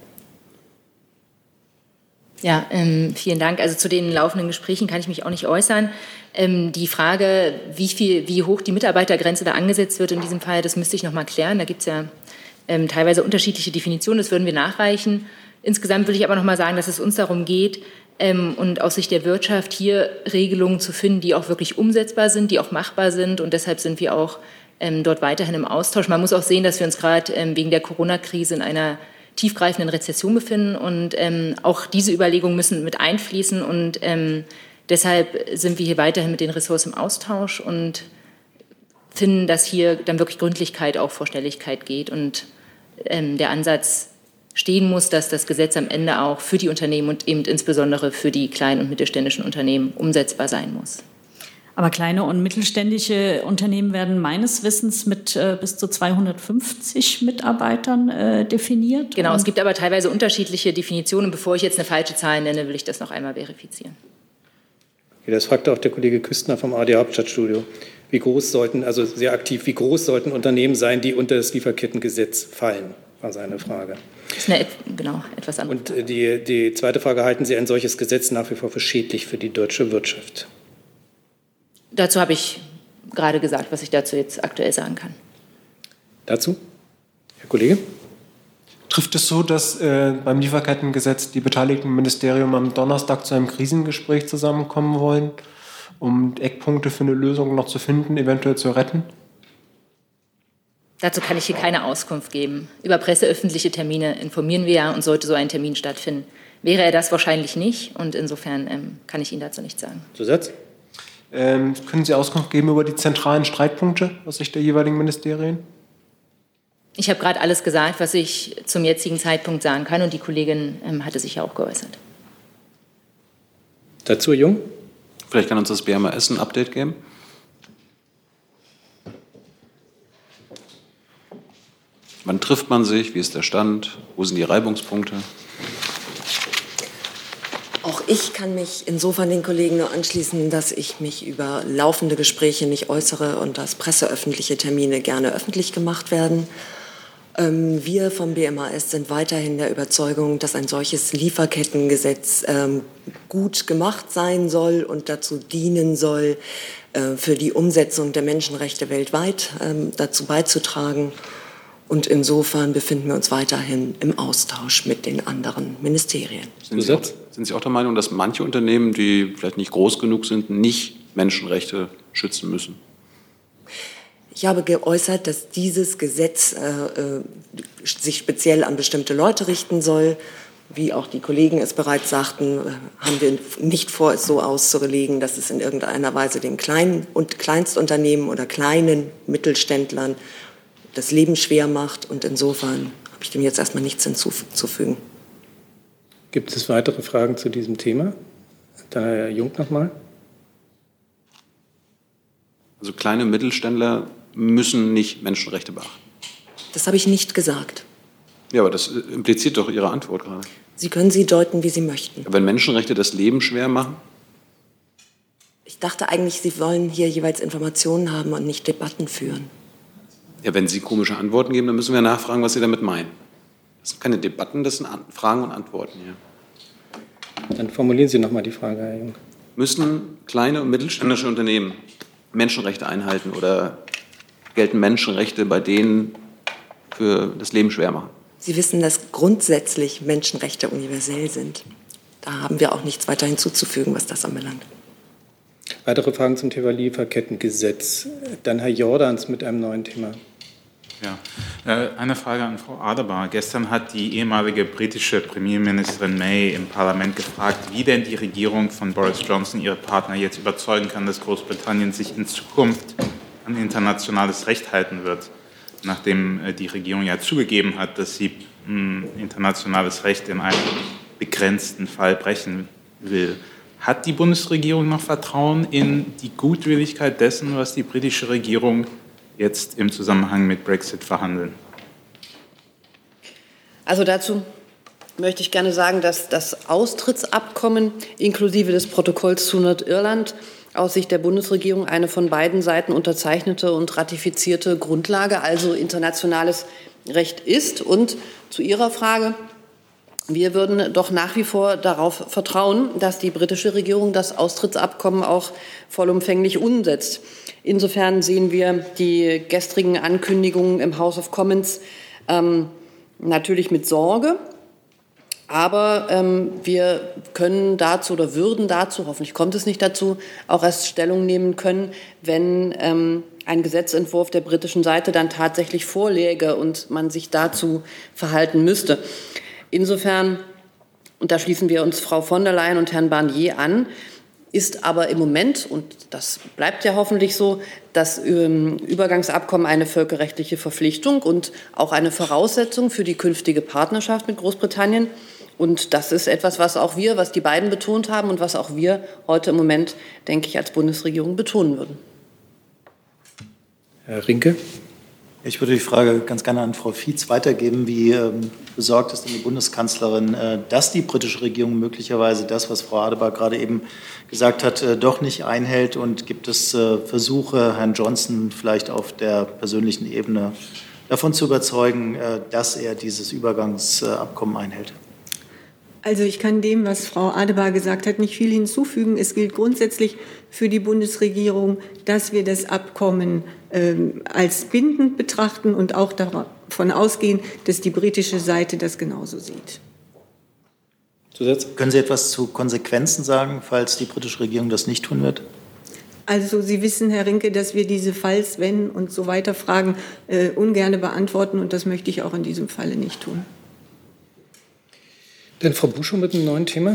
Speaker 13: Ja, vielen Dank. Also zu den laufenden Gesprächen kann ich mich auch nicht äußern. Die Frage, wie hoch die Mitarbeitergrenze da angesetzt wird in diesem Fall, das müsste ich noch mal klären. Da gibt es ja teilweise unterschiedliche Definitionen, das würden wir nachreichen. Insgesamt will ich aber noch mal sagen, dass es uns darum geht, und aus Sicht der Wirtschaft hier Regelungen zu finden, die auch wirklich umsetzbar sind, die auch machbar sind. Und deshalb sind wir auch dort weiterhin im Austausch. Man muss auch sehen, dass wir uns gerade wegen der Corona-Krise in einer tiefgreifenden Rezession befinden. Und auch diese Überlegungen müssen mit einfließen. Und deshalb sind wir hier weiterhin mit den Ressorts im Austausch und finden, dass hier dann wirklich Gründlichkeit auch vor Schnelligkeit geht und der Ansatz stehen muss, dass das Gesetz am Ende auch für die Unternehmen und eben insbesondere für die kleinen und mittelständischen Unternehmen umsetzbar sein muss.
Speaker 15: Aber kleine und mittelständische Unternehmen werden meines Wissens mit bis zu 250 Mitarbeitern definiert.
Speaker 13: Genau, es gibt aber teilweise unterschiedliche Definitionen. Bevor ich jetzt eine falsche Zahl nenne, will ich das noch einmal verifizieren.
Speaker 3: Okay, das fragte auch der Kollege Küstner vom ARD Hauptstadtstudio. Wie groß sollten Unternehmen sein, die unter das Lieferkettengesetz fallen, war seine Frage.
Speaker 13: Das ist etwas anderes.
Speaker 3: Und die zweite Frage, halten Sie ein solches Gesetz nach wie vor für schädlich für die deutsche Wirtschaft?
Speaker 13: Dazu habe ich gerade gesagt, was ich dazu jetzt aktuell sagen kann.
Speaker 3: Dazu? Herr Kollege?
Speaker 10: Trifft es so, dass beim Lieferkettengesetz die beteiligten Ministerien am Donnerstag zu einem Krisengespräch zusammenkommen wollen, um Eckpunkte für eine Lösung noch zu finden, eventuell zu retten?
Speaker 13: Dazu kann ich hier keine Auskunft geben. Über presseöffentliche Termine informieren wir ja und sollte so ein Termin stattfinden. Wäre er das wahrscheinlich nicht und insofern kann ich Ihnen dazu nichts sagen.
Speaker 3: Zusatz?
Speaker 10: Können Sie Auskunft geben über die zentralen Streitpunkte aus Sicht der jeweiligen Ministerien?
Speaker 13: Ich habe gerade alles gesagt, was ich zum jetzigen Zeitpunkt sagen kann und die Kollegin hatte sich ja auch geäußert.
Speaker 3: Dazu, Jung?
Speaker 1: Vielleicht kann uns das BMAS ein Update geben. Wann trifft man sich? Wie ist der Stand? Wo sind die Reibungspunkte?
Speaker 21: Auch ich kann mich insofern den Kollegen nur anschließen, dass ich mich über laufende Gespräche nicht äußere und dass presseöffentliche Termine gerne öffentlich gemacht werden. Wir vom BMAS sind weiterhin der Überzeugung, dass ein solches Lieferkettengesetz gut gemacht sein soll und dazu dienen soll, für die Umsetzung der Menschenrechte weltweit dazu beizutragen. Und insofern befinden wir uns weiterhin im Austausch mit den anderen Ministerien.
Speaker 1: Sind Sie auch der Meinung, dass manche Unternehmen, die vielleicht nicht groß genug sind, nicht Menschenrechte schützen müssen?
Speaker 21: Ich habe geäußert, dass dieses Gesetz sich speziell an bestimmte Leute richten soll. Wie auch die Kollegen es bereits sagten, haben wir nicht vor, es so auszulegen, dass es in irgendeiner Weise den Kleinen- und Kleinstunternehmen oder kleinen Mittelständlern das Leben schwer macht. Und insofern habe ich dem jetzt erstmal nichts hinzuzufügen.
Speaker 3: Gibt es weitere Fragen zu diesem Thema? Dann Herr Jung nochmal.
Speaker 1: Also kleine Mittelständler müssen nicht Menschenrechte beachten.
Speaker 21: Das habe ich nicht gesagt.
Speaker 1: Ja, aber das impliziert doch Ihre Antwort gerade.
Speaker 21: Sie können sie deuten, wie Sie möchten.
Speaker 1: Wenn Menschenrechte das Leben schwer machen?
Speaker 21: Ich dachte eigentlich, Sie wollen hier jeweils Informationen haben und nicht Debatten führen.
Speaker 1: Ja, wenn Sie komische Antworten geben, dann müssen wir nachfragen, was Sie damit meinen. Das sind keine Debatten, das sind Fragen und Antworten hier.
Speaker 3: Dann formulieren Sie noch mal die Frage, Herr Jung.
Speaker 1: Müssen kleine und mittelständische Unternehmen Menschenrechte einhalten oder gelten Menschenrechte bei denen für das Leben schwer machen?
Speaker 21: Sie wissen, dass grundsätzlich Menschenrechte universell sind. Da haben wir auch nichts weiter hinzuzufügen, was das anbelangt.
Speaker 3: Weitere Fragen zum Thema Lieferkettengesetz. Dann Herr Jordans mit einem neuen Thema.
Speaker 4: Ja, eine Frage an Frau Adebar. Gestern hat die ehemalige britische Premierministerin May im Parlament gefragt, wie denn die Regierung von Boris Johnson ihre Partner jetzt überzeugen kann, dass Großbritannien sich in Zukunft an internationales Recht halten wird, nachdem die Regierung ja zugegeben hat, dass sie internationales Recht in einem begrenzten Fall brechen will. Hat die Bundesregierung noch Vertrauen in die Gutwilligkeit dessen, was die britische Regierung jetzt im Zusammenhang mit Brexit verhandeln?
Speaker 8: Also dazu möchte ich gerne sagen, dass das Austrittsabkommen inklusive des Protokolls zu Nordirland aus Sicht der Bundesregierung eine von beiden Seiten unterzeichnete und ratifizierte Grundlage, also internationales Recht ist. Und zu Ihrer Frage, wir würden doch nach wie vor darauf vertrauen, dass die britische Regierung das Austrittsabkommen auch vollumfänglich umsetzt. Insofern sehen wir die gestrigen Ankündigungen im House of Commons natürlich mit Sorge. Aber wir können dazu oder würden dazu, hoffentlich kommt es nicht dazu, auch erst Stellung nehmen können, wenn ein Gesetzentwurf der britischen Seite dann tatsächlich vorläge und man sich dazu verhalten müsste. Insofern, und da schließen wir uns Frau von der Leyen und Herrn Barnier an, ist aber im Moment, und das bleibt ja hoffentlich so, das Übergangsabkommen eine völkerrechtliche Verpflichtung und auch eine Voraussetzung für die künftige Partnerschaft mit Großbritannien. Und das ist etwas, was auch wir, was die beiden betont haben und was auch wir heute im Moment, denke ich, als Bundesregierung betonen würden.
Speaker 3: Herr Rinke.
Speaker 17: Ich würde die Frage ganz gerne an Frau Fietz weitergeben. Wie besorgt ist denn die Bundeskanzlerin, dass die britische Regierung möglicherweise das, was Frau Adebar gerade eben gesagt hat, doch nicht einhält? Und gibt es Versuche, Herrn Johnson vielleicht auf der persönlichen Ebene davon zu überzeugen, dass er dieses Übergangsabkommen einhält?
Speaker 7: Also ich kann dem, was Frau Adebar gesagt hat, nicht viel hinzufügen. Es gilt grundsätzlich für die Bundesregierung, dass wir das Abkommen als bindend betrachten und auch davon ausgehen, dass die britische Seite das genauso sieht.
Speaker 17: Können Sie etwas zu Konsequenzen sagen, falls die britische Regierung das nicht tun wird?
Speaker 7: Also Sie wissen, Herr Rinke, dass wir diese Falls-, Wenn- und so weiter Fragen ungern beantworten, und das möchte ich auch in diesem Falle nicht tun.
Speaker 3: Dann Frau Buschow mit einem neuen Thema.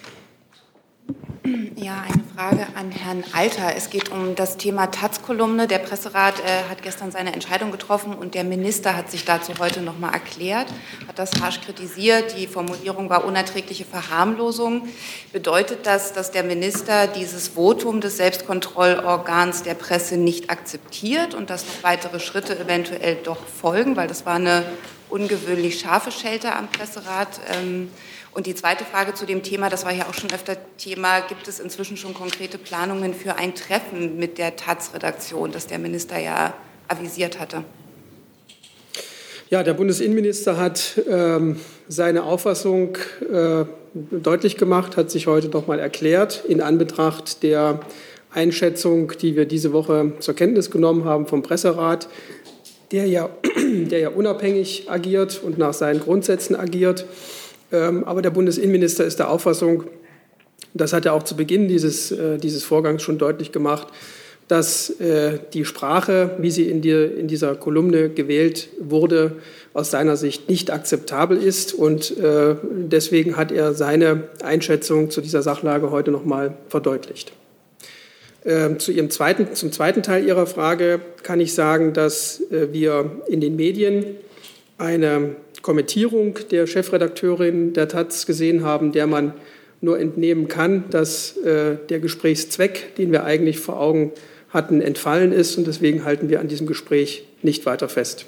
Speaker 22: Ja, eine Frage an Herrn Alter. Es geht um das Thema Taz-Kolumne. Der Presserat hat gestern seine Entscheidung getroffen und der Minister hat sich dazu heute noch mal erklärt, hat das harsch kritisiert. Die Formulierung war unerträgliche Verharmlosung. Bedeutet das, dass der Minister dieses Votum des Selbstkontrollorgans der Presse nicht akzeptiert und dass noch weitere Schritte eventuell doch folgen? Weil das war eine ungewöhnlich scharfe Schelte am Presserat. Und die zweite Frage zu dem Thema, das war ja auch schon öfter Thema, gibt es inzwischen schon konkrete Planungen für ein Treffen mit der Taz-Redaktion, das der Minister ja avisiert hatte?
Speaker 2: Ja, der Bundesinnenminister hat seine Auffassung deutlich gemacht, hat sich heute noch mal erklärt, in Anbetracht der Einschätzung, die wir diese Woche zur Kenntnis genommen haben vom Presserat, der ja unabhängig agiert und nach seinen Grundsätzen agiert. Aber der Bundesinnenminister ist der Auffassung, das hat er auch zu Beginn dieses Vorgangs schon deutlich gemacht, dass die Sprache, wie sie in dieser Kolumne gewählt wurde, aus seiner Sicht nicht akzeptabel ist. Und deswegen hat er seine Einschätzung zu dieser Sachlage heute noch mal verdeutlicht. Zum zweiten Teil Ihrer Frage kann ich sagen, dass wir in den Medien eine Kommentierung der Chefredakteurin der Taz gesehen haben, der man nur entnehmen kann, dass der Gesprächszweck, den wir eigentlich vor Augen hatten, entfallen ist. Und deswegen halten wir an diesem Gespräch nicht weiter fest.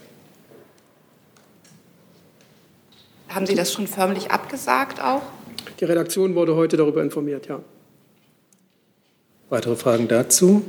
Speaker 22: Haben Sie das schon förmlich abgesagt auch?
Speaker 2: Die Redaktion wurde heute darüber informiert, ja.
Speaker 3: Weitere Fragen dazu?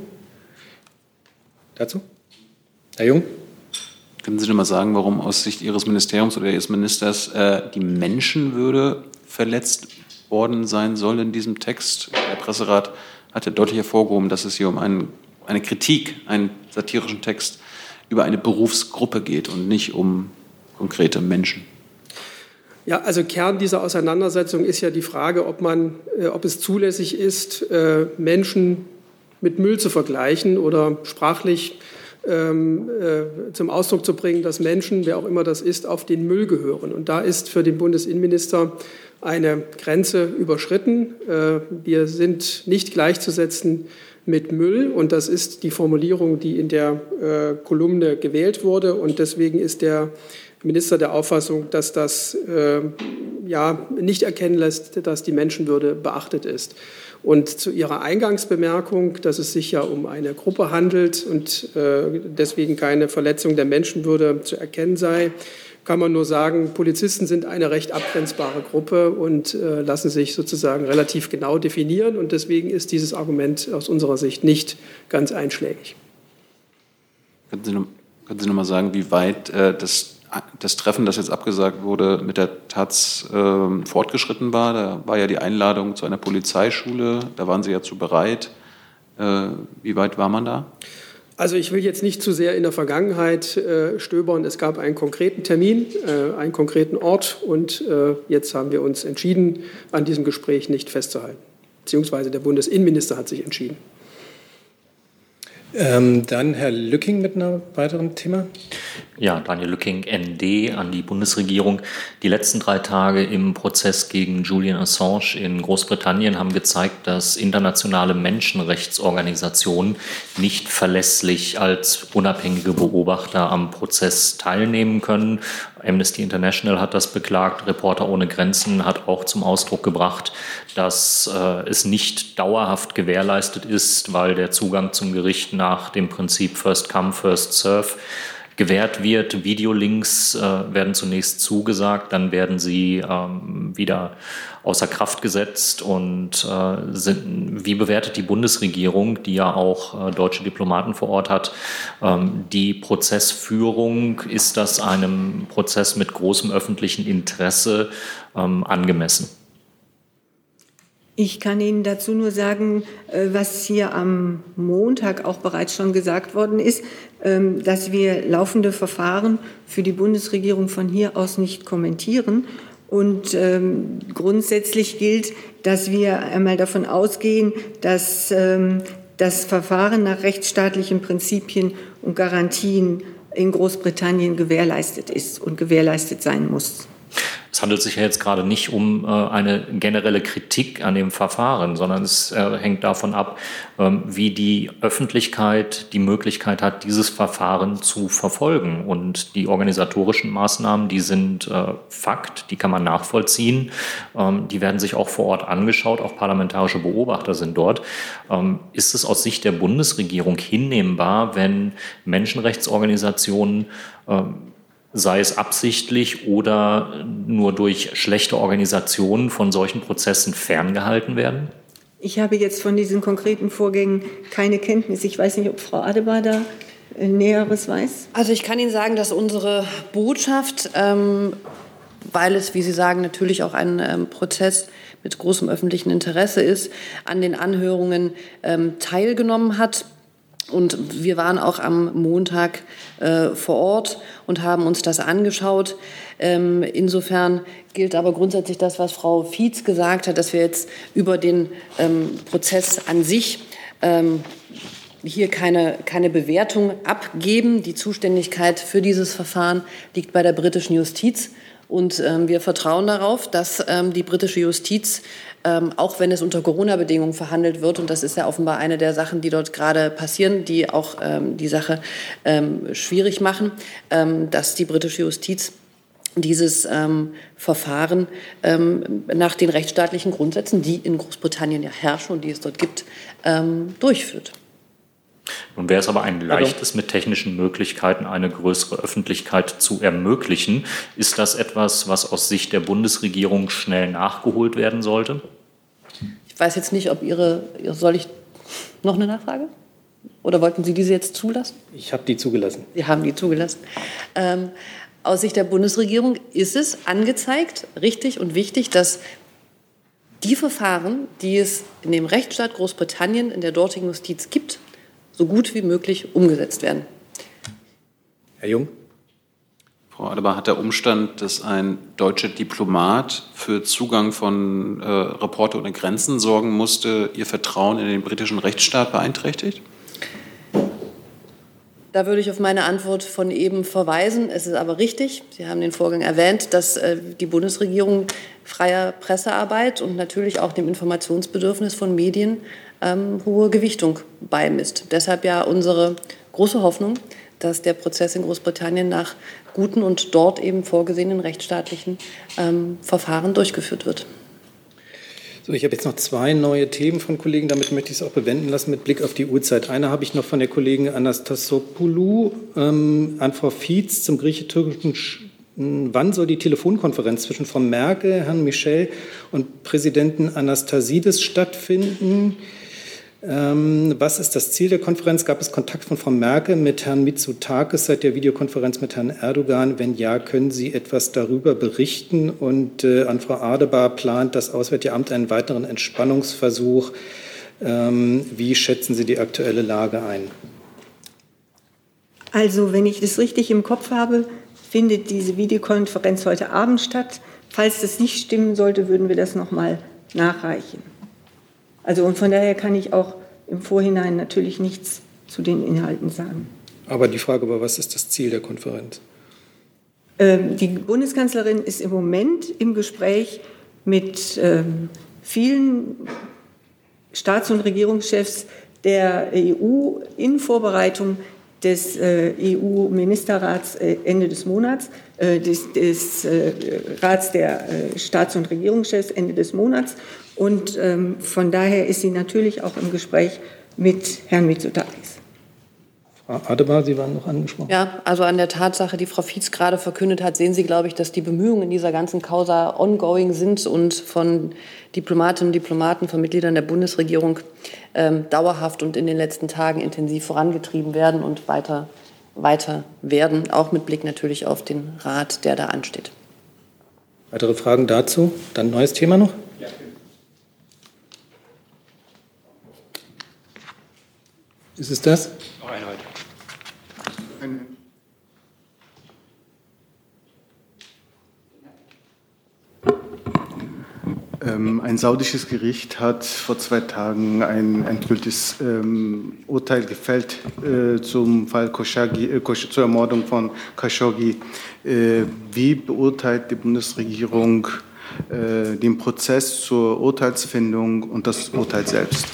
Speaker 3: Herr Jung?
Speaker 1: Können Sie denn mal sagen, warum aus Sicht Ihres Ministeriums oder Ihres Ministers die Menschenwürde verletzt worden sein soll in diesem Text? Der Presserat hat ja deutlich hervorgehoben, dass es hier um eine Kritik, einen satirischen Text über eine Berufsgruppe geht und nicht um konkrete Menschen.
Speaker 2: Ja, also Kern dieser Auseinandersetzung ist ja die Frage, ob es zulässig ist, Menschen mit Müll zu vergleichen oder sprachlich zum Ausdruck zu bringen, dass Menschen, wer auch immer das ist, auf den Müll gehören. Und da ist für den Bundesinnenminister eine Grenze überschritten. Wir sind nicht gleichzusetzen mit Müll, und das ist die Formulierung, die in der Kolumne gewählt wurde. Und deswegen ist der Minister der Auffassung, dass das nicht erkennen lässt, dass die Menschenwürde beachtet ist. Und zu Ihrer Eingangsbemerkung, dass es sich ja um eine Gruppe handelt und deswegen keine Verletzung der Menschenwürde zu erkennen sei, kann man nur sagen, Polizisten sind eine recht abgrenzbare Gruppe und lassen sich sozusagen relativ genau definieren. Und deswegen ist dieses Argument aus unserer Sicht nicht ganz einschlägig.
Speaker 1: Können Sie noch mal sagen, wie weit das Treffen, das jetzt abgesagt wurde, mit der Taz fortgeschritten war? Da war ja die Einladung zu einer Polizeischule, da waren Sie ja zu bereit. Wie weit war man da?
Speaker 2: Also ich will jetzt nicht zu sehr in der Vergangenheit stöbern. Es gab einen konkreten Termin, einen konkreten Ort, und jetzt haben wir uns entschieden, an diesem Gespräch nicht festzuhalten. Beziehungsweise der Bundesinnenminister hat sich entschieden.
Speaker 3: Dann Herr Lücking mit einem weiteren Thema.
Speaker 5: Ja, Daniel Lücking, ND, an die Bundesregierung. Die letzten 3 Tage im Prozess gegen Julian Assange in Großbritannien haben gezeigt, dass internationale Menschenrechtsorganisationen nicht verlässlich als unabhängige Beobachter am Prozess teilnehmen können. Amnesty International hat das beklagt. Reporter ohne Grenzen hat auch zum Ausdruck gebracht, dass es nicht dauerhaft gewährleistet ist, weil der Zugang zum Gericht nach dem Prinzip First Come, First Serve gewährt wird. Videolinks werden zunächst zugesagt, dann werden sie wieder außer Kraft gesetzt. Und wie bewertet die Bundesregierung, die ja auch deutsche Diplomaten vor Ort hat, die Prozessführung? Ist das einem Prozess mit großem öffentlichen Interesse angemessen?
Speaker 7: Ich kann Ihnen dazu nur sagen, was hier am Montag auch bereits schon gesagt worden ist, dass wir laufende Verfahren für die Bundesregierung von hier aus nicht kommentieren. Und grundsätzlich gilt, dass wir einmal davon ausgehen, dass das Verfahren nach rechtsstaatlichen Prinzipien und Garantien in Großbritannien gewährleistet ist und gewährleistet sein muss.
Speaker 5: Es handelt sich ja jetzt gerade nicht um eine generelle Kritik an dem Verfahren, sondern es hängt davon ab, wie die Öffentlichkeit die Möglichkeit hat, dieses Verfahren zu verfolgen. Und die organisatorischen Maßnahmen, die sind Fakt, die kann man nachvollziehen. Die werden sich auch vor Ort angeschaut, auch parlamentarische Beobachter sind dort. Ist es aus Sicht der Bundesregierung hinnehmbar, wenn Menschenrechtsorganisationen sei es absichtlich oder nur durch schlechte Organisationen von solchen Prozessen ferngehalten werden?
Speaker 7: Ich habe jetzt von diesen konkreten Vorgängen keine Kenntnis. Ich weiß nicht, ob Frau Adebar da Näheres weiß.
Speaker 8: Also ich kann Ihnen sagen, dass unsere Botschaft, weil es, wie Sie sagen, natürlich auch ein Prozess mit großem öffentlichen Interesse ist, an den Anhörungen teilgenommen hat. Und wir waren auch am Montag vor Ort und haben uns das angeschaut. Insofern gilt aber grundsätzlich das, was Frau Fietz gesagt hat, dass wir jetzt über den Prozess an sich hier keine Bewertung abgeben. Die Zuständigkeit für dieses Verfahren liegt bei der britischen Justiz. Und wir vertrauen darauf, dass die britische Justiz, auch wenn es unter Corona-Bedingungen verhandelt wird, und das ist ja offenbar eine der Sachen, die dort gerade passieren, die auch die Sache schwierig machen, dass die britische Justiz dieses Verfahren nach den rechtsstaatlichen Grundsätzen, die in Großbritannien ja herrschen und die es dort gibt, durchführt.
Speaker 5: Nun wäre es aber ein leichtes, mit technischen Möglichkeiten eine größere Öffentlichkeit zu ermöglichen. Ist das etwas, was aus Sicht der Bundesregierung schnell nachgeholt werden sollte?
Speaker 8: Ich weiß jetzt nicht, ob soll ich noch eine Nachfrage? Oder wollten Sie diese jetzt zulassen?
Speaker 3: Ich habe die zugelassen.
Speaker 8: Sie haben die zugelassen. Aus Sicht der Bundesregierung ist es angezeigt, richtig und wichtig, dass die Verfahren, die es in dem Rechtsstaat Großbritannien in der dortigen Justiz gibt, so gut wie möglich umgesetzt werden.
Speaker 3: Herr Jung.
Speaker 1: Frau Adebar, hat der Umstand, dass ein deutscher Diplomat für Zugang von Reporter ohne Grenzen sorgen musste, Ihr Vertrauen in den britischen Rechtsstaat beeinträchtigt?
Speaker 8: Da würde ich auf meine Antwort von eben verweisen. Es ist aber richtig, Sie haben den Vorgang erwähnt, dass die Bundesregierung freier Pressearbeit und natürlich auch dem Informationsbedürfnis von Medien hohe Gewichtung beimisst. Deshalb ja unsere große Hoffnung, dass der Prozess in Großbritannien nach guten und dort eben vorgesehenen rechtsstaatlichen Verfahren durchgeführt wird.
Speaker 3: So, ich habe jetzt noch 2 neue Themen von Kollegen, damit möchte ich es auch bewenden lassen mit Blick auf die Uhrzeit. Eine habe ich noch von der Kollegin Anastasopoulou an Frau Fietz zum griechisch-türkischen. Wann soll die Telefonkonferenz zwischen Frau Merkel, Herrn Michel und Präsidenten Anastasidis stattfinden? Was ist das Ziel der Konferenz? Gab es Kontakt von Frau Merkel mit Herrn Mitsotakis seit der Videokonferenz mit Herrn Erdogan? Wenn ja, können Sie etwas darüber berichten? Und an Frau Adebar, plant das Auswärtige Amt einen weiteren Entspannungsversuch? Wie schätzen Sie die aktuelle Lage ein?
Speaker 7: Also, wenn ich das richtig im Kopf habe, findet diese Videokonferenz heute Abend statt. Falls das nicht stimmen sollte, würden wir das noch mal nachreichen. Also und von daher kann ich auch im Vorhinein natürlich nichts zu den Inhalten sagen.
Speaker 3: Aber die Frage war, was ist das Ziel der Konferenz?
Speaker 7: Die Bundeskanzlerin ist im Moment im Gespräch mit vielen Staats- und Regierungschefs der EU in Vorbereitung des EU-Ministerrats Ende des Monats, des Rats der Staats- und Regierungschefs Ende des Monats. Und von daher ist sie natürlich auch im Gespräch mit Herrn Mitsotakis.
Speaker 3: Frau Adebar, Sie waren noch angesprochen.
Speaker 8: Ja, also an der Tatsache, die Frau Fietz gerade verkündet hat, sehen Sie, glaube ich, dass die Bemühungen in dieser ganzen Causa ongoing sind und von Diplomatinnen und Diplomaten, von Mitgliedern der Bundesregierung dauerhaft und in den letzten Tagen intensiv vorangetrieben werden und weiter werden, auch mit Blick natürlich auf den Rat, der da ansteht.
Speaker 3: Weitere Fragen dazu? Dann neues Thema noch? Ja. Ist es das?
Speaker 6: Noch eine heute. Ein saudisches Gericht hat vor 2 Tagen ein endgültiges Urteil gefällt zum Fall zur Ermordung von Khashoggi. Wie beurteilt die Bundesregierung den Prozess zur Urteilsfindung und das Urteil selbst?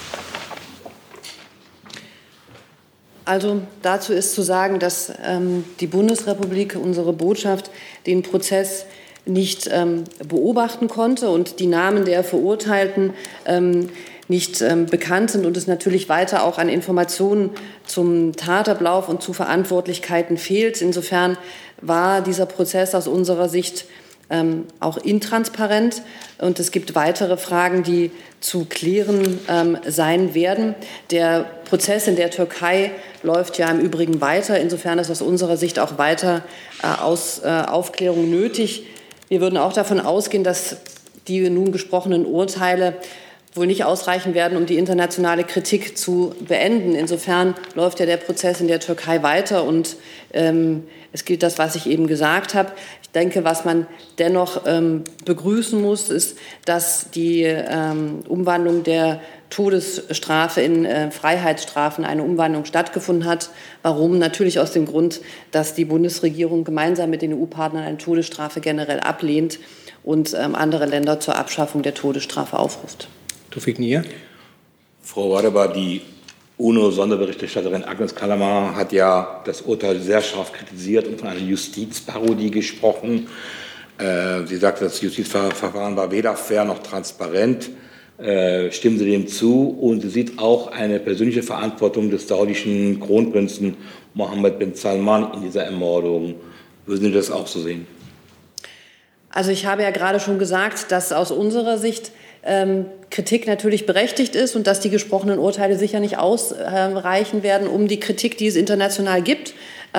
Speaker 8: Also dazu ist zu sagen, dass die Bundesrepublik, unsere Botschaft, den Prozess nicht beobachten konnte und die Namen der Verurteilten nicht bekannt sind und es natürlich weiter auch an Informationen zum Tatablauf und zu Verantwortlichkeiten fehlt. Insofern war dieser Prozess aus unserer Sicht auch intransparent und es gibt weitere Fragen, die zu klären sein werden. Der Prozess in der Türkei läuft ja im Übrigen weiter. Insofern ist aus unserer Sicht auch weiter Aufklärung nötig. Wir würden auch davon ausgehen, dass die nun gesprochenen Urteile wohl nicht ausreichen werden, um die internationale Kritik zu beenden. Insofern läuft ja der Prozess in der Türkei weiter und es gilt das, was ich eben gesagt habe. Ich denke, was man dennoch begrüßen muss, ist, dass die Umwandlung der Todesstrafe in Freiheitsstrafen eine Umwandlung stattgefunden hat. Warum? Natürlich aus dem Grund, dass die Bundesregierung gemeinsam mit den EU-Partnern eine Todesstrafe generell ablehnt und andere Länder zur Abschaffung der Todesstrafe aufruft.
Speaker 3: Tufik Nia.
Speaker 11: Frau Adebar, die UNO-Sonderberichterstatterin Agnes Kalamar hat ja das Urteil sehr scharf kritisiert und von einer Justizparodie gesprochen. Sie sagt, das Justizverfahren war weder fair noch transparent. Stimmen Sie dem zu? Und sie sieht auch eine persönliche Verantwortung des saudischen Kronprinzen Mohammed bin Salman in dieser Ermordung. Würden Sie das auch so sehen?
Speaker 8: Also ich habe ja gerade schon gesagt, dass aus unserer Sicht Kritik natürlich berechtigt ist und dass die gesprochenen Urteile sicher nicht ausreichen werden, um die Kritik, die es international gibt,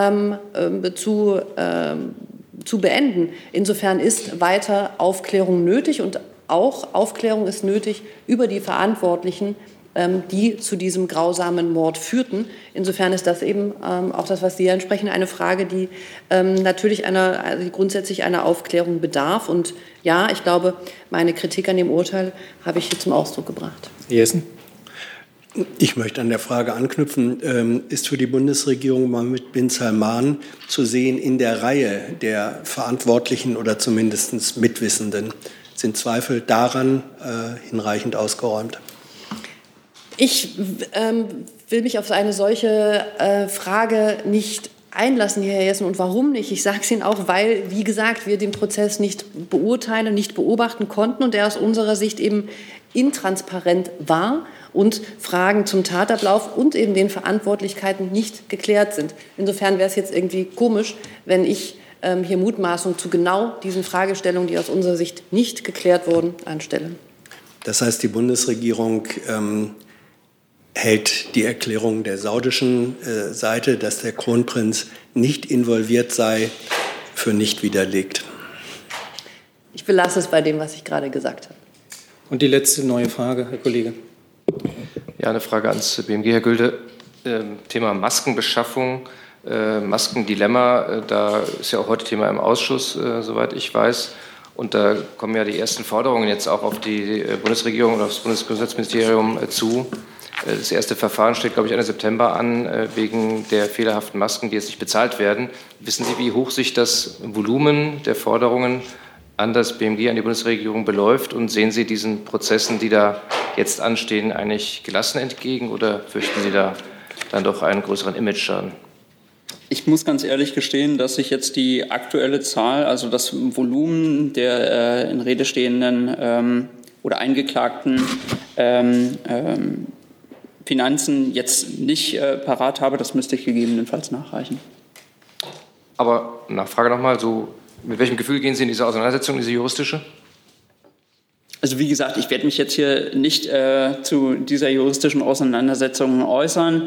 Speaker 8: zu beenden. Insofern ist weiter Aufklärung nötig und auch Aufklärung ist nötig über die Verantwortlichen, die zu diesem grausamen Mord führten. Insofern ist das eben auch das, was Sie ansprechen, eine Frage, die natürlich grundsätzlich einer Aufklärung bedarf. Und ja, ich glaube, meine Kritik an dem Urteil habe ich hier zum Ausdruck gebracht.
Speaker 3: Jessen?
Speaker 12: Ich möchte an der Frage anknüpfen, ist für die Bundesregierung Mohammed bin Salman zu sehen in der Reihe der Verantwortlichen oder zumindest Mitwissenden? Sind Zweifel daran hinreichend ausgeräumt?
Speaker 8: Ich will mich auf eine solche Frage nicht einlassen, Herr Jessen. Und warum nicht? Ich sage es Ihnen auch, weil, wie gesagt, wir den Prozess nicht beurteilen, nicht beobachten konnten und er aus unserer Sicht eben intransparent war und Fragen zum Tatablauf und eben den Verantwortlichkeiten nicht geklärt sind. Insofern wäre es jetzt irgendwie komisch, wenn ich hier Mutmaßungen zu genau diesen Fragestellungen, die aus unserer Sicht nicht geklärt wurden, anstelle.
Speaker 12: Das heißt, die Bundesregierung hält die Erklärung der saudischen Seite, dass der Kronprinz nicht involviert sei, für nicht widerlegt.
Speaker 8: Ich belasse es bei dem, was ich gerade gesagt habe.
Speaker 3: Und die letzte neue Frage, Herr Kollege.
Speaker 14: Ja, eine Frage ans BMG, Herr Gülde. Thema Maskenbeschaffung, Maskendilemma. Da ist ja auch heute Thema im Ausschuss, soweit ich weiß. Und da kommen ja die ersten Forderungen jetzt auch auf die Bundesregierung und auf das Bundesgesundheitsministerium zu. Das erste Verfahren steht, glaube ich, Ende September an, wegen der fehlerhaften Masken, die jetzt nicht bezahlt werden. Wissen Sie, wie hoch sich das Volumen der Forderungen an das BMG, an die Bundesregierung beläuft? Und sehen Sie diesen Prozessen, die da jetzt anstehen, eigentlich gelassen entgegen oder fürchten Sie da dann doch einen größeren Image-Schaden?
Speaker 16: Ich muss ganz ehrlich gestehen, dass ich jetzt die aktuelle Zahl, also das Volumen der in Rede stehenden oder eingeklagten Finanzen jetzt nicht parat habe. Das müsste ich gegebenenfalls nachreichen.
Speaker 14: Aber Nachfrage nochmal, so mit welchem Gefühl gehen Sie in diese Auseinandersetzung, diese juristische?
Speaker 16: Also wie gesagt, ich werde mich jetzt hier nicht zu dieser juristischen Auseinandersetzung äußern.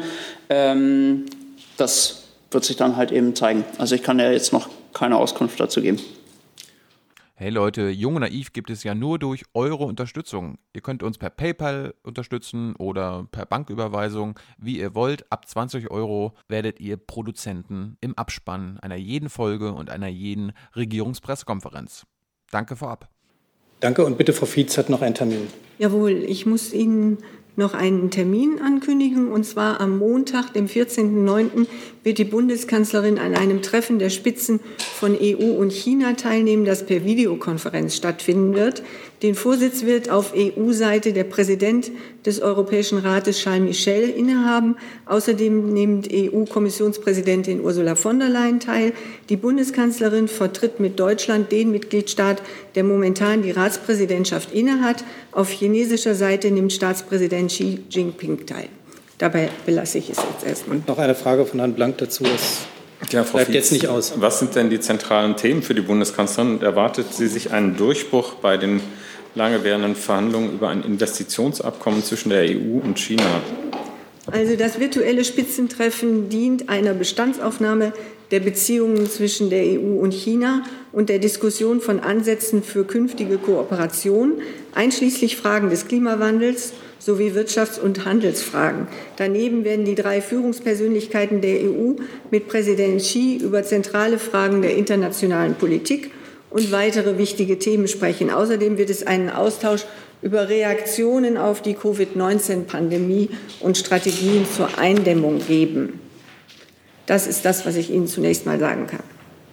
Speaker 16: Das wird sich dann halt eben zeigen. Also ich kann ja jetzt noch keine Auskunft dazu geben.
Speaker 23: Hey Leute, Jung und Naiv gibt es ja nur durch eure Unterstützung. Ihr könnt uns per PayPal unterstützen oder per Banküberweisung, wie ihr wollt. Ab 20 € werdet ihr Produzenten im Abspann einer jeden Folge und einer jeden Regierungspressekonferenz. Danke vorab.
Speaker 3: Danke und bitte, Frau Fietz hat noch einen Termin.
Speaker 7: Jawohl, ich muss Ihnen noch einen Termin ankündigen, und zwar am Montag, dem 14.09., wird die Bundeskanzlerin an einem Treffen der Spitzen von EU und China teilnehmen, das per Videokonferenz stattfinden wird. Den Vorsitz wird auf EU-Seite der Präsident des Europäischen Rates Charles Michel innehaben. Außerdem nimmt EU-Kommissionspräsidentin Ursula von der Leyen teil. Die Bundeskanzlerin vertritt mit Deutschland den Mitgliedstaat, der momentan die Ratspräsidentschaft innehat. Auf chinesischer Seite nimmt Staatspräsident Xi Jinping teil. Dabei belasse ich es jetzt erstmal.
Speaker 3: Und noch eine Frage von Herrn Blank dazu.
Speaker 24: Ja, Frau
Speaker 3: bleibt
Speaker 24: Fietz,
Speaker 3: jetzt nicht aus.
Speaker 24: Was sind denn die zentralen Themen für die Bundeskanzlerin? Und erwartet sie sich einen Durchbruch bei den lange währenden Verhandlungen über ein Investitionsabkommen zwischen der EU und China?
Speaker 7: Also das virtuelle Spitzentreffen dient einer Bestandsaufnahme der Beziehungen zwischen der EU und China und der Diskussion von Ansätzen für künftige Kooperation, einschließlich Fragen des Klimawandels sowie Wirtschafts- und Handelsfragen. Daneben werden die 3 Führungspersönlichkeiten der EU mit Präsident Xi über zentrale Fragen der internationalen Politik und weitere wichtige Themen sprechen. Außerdem wird es einen Austausch über Reaktionen auf die Covid-19-Pandemie und Strategien zur Eindämmung geben. Das ist das, was ich Ihnen zunächst mal sagen kann.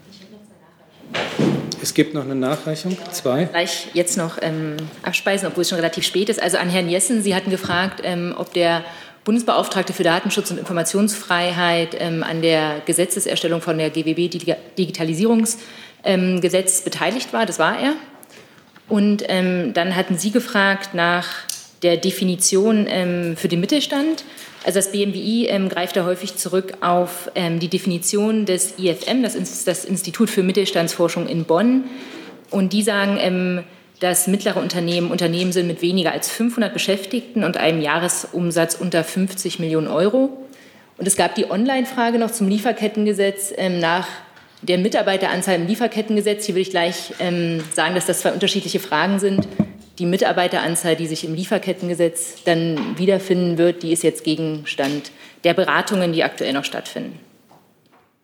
Speaker 3: Es gibt noch eine Nachreichung, 2.
Speaker 13: Gleich jetzt noch abspeisen, obwohl es schon relativ spät ist. Also an Herrn Jessen, Sie hatten gefragt, ob der Bundesbeauftragte für Datenschutz und Informationsfreiheit an der Gesetzeserstellung von der GWB Digitalisierungsgesetz beteiligt war. Das war er. Und dann hatten Sie gefragt nach der Definition für den Mittelstand. Also das BMWI greift da häufig zurück auf die Definition des IFM, das ist das Institut für Mittelstandsforschung in Bonn. Und die sagen, dass mittlere Unternehmen sind mit weniger als 500 Beschäftigten und einem Jahresumsatz unter 50 Millionen €. Und es gab die Online-Frage noch zum Lieferkettengesetz nach der Mitarbeiteranzahl im Lieferkettengesetz. Hier will ich gleich sagen, dass das 2 unterschiedliche Fragen sind. Die Mitarbeiteranzahl, die sich im Lieferkettengesetz dann wiederfinden wird, die ist jetzt Gegenstand der Beratungen, die aktuell noch stattfinden.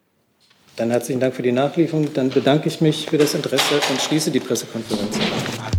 Speaker 3: Dann herzlichen Dank für die Nachlieferung. Dann bedanke ich mich für das Interesse und schließe die Pressekonferenz.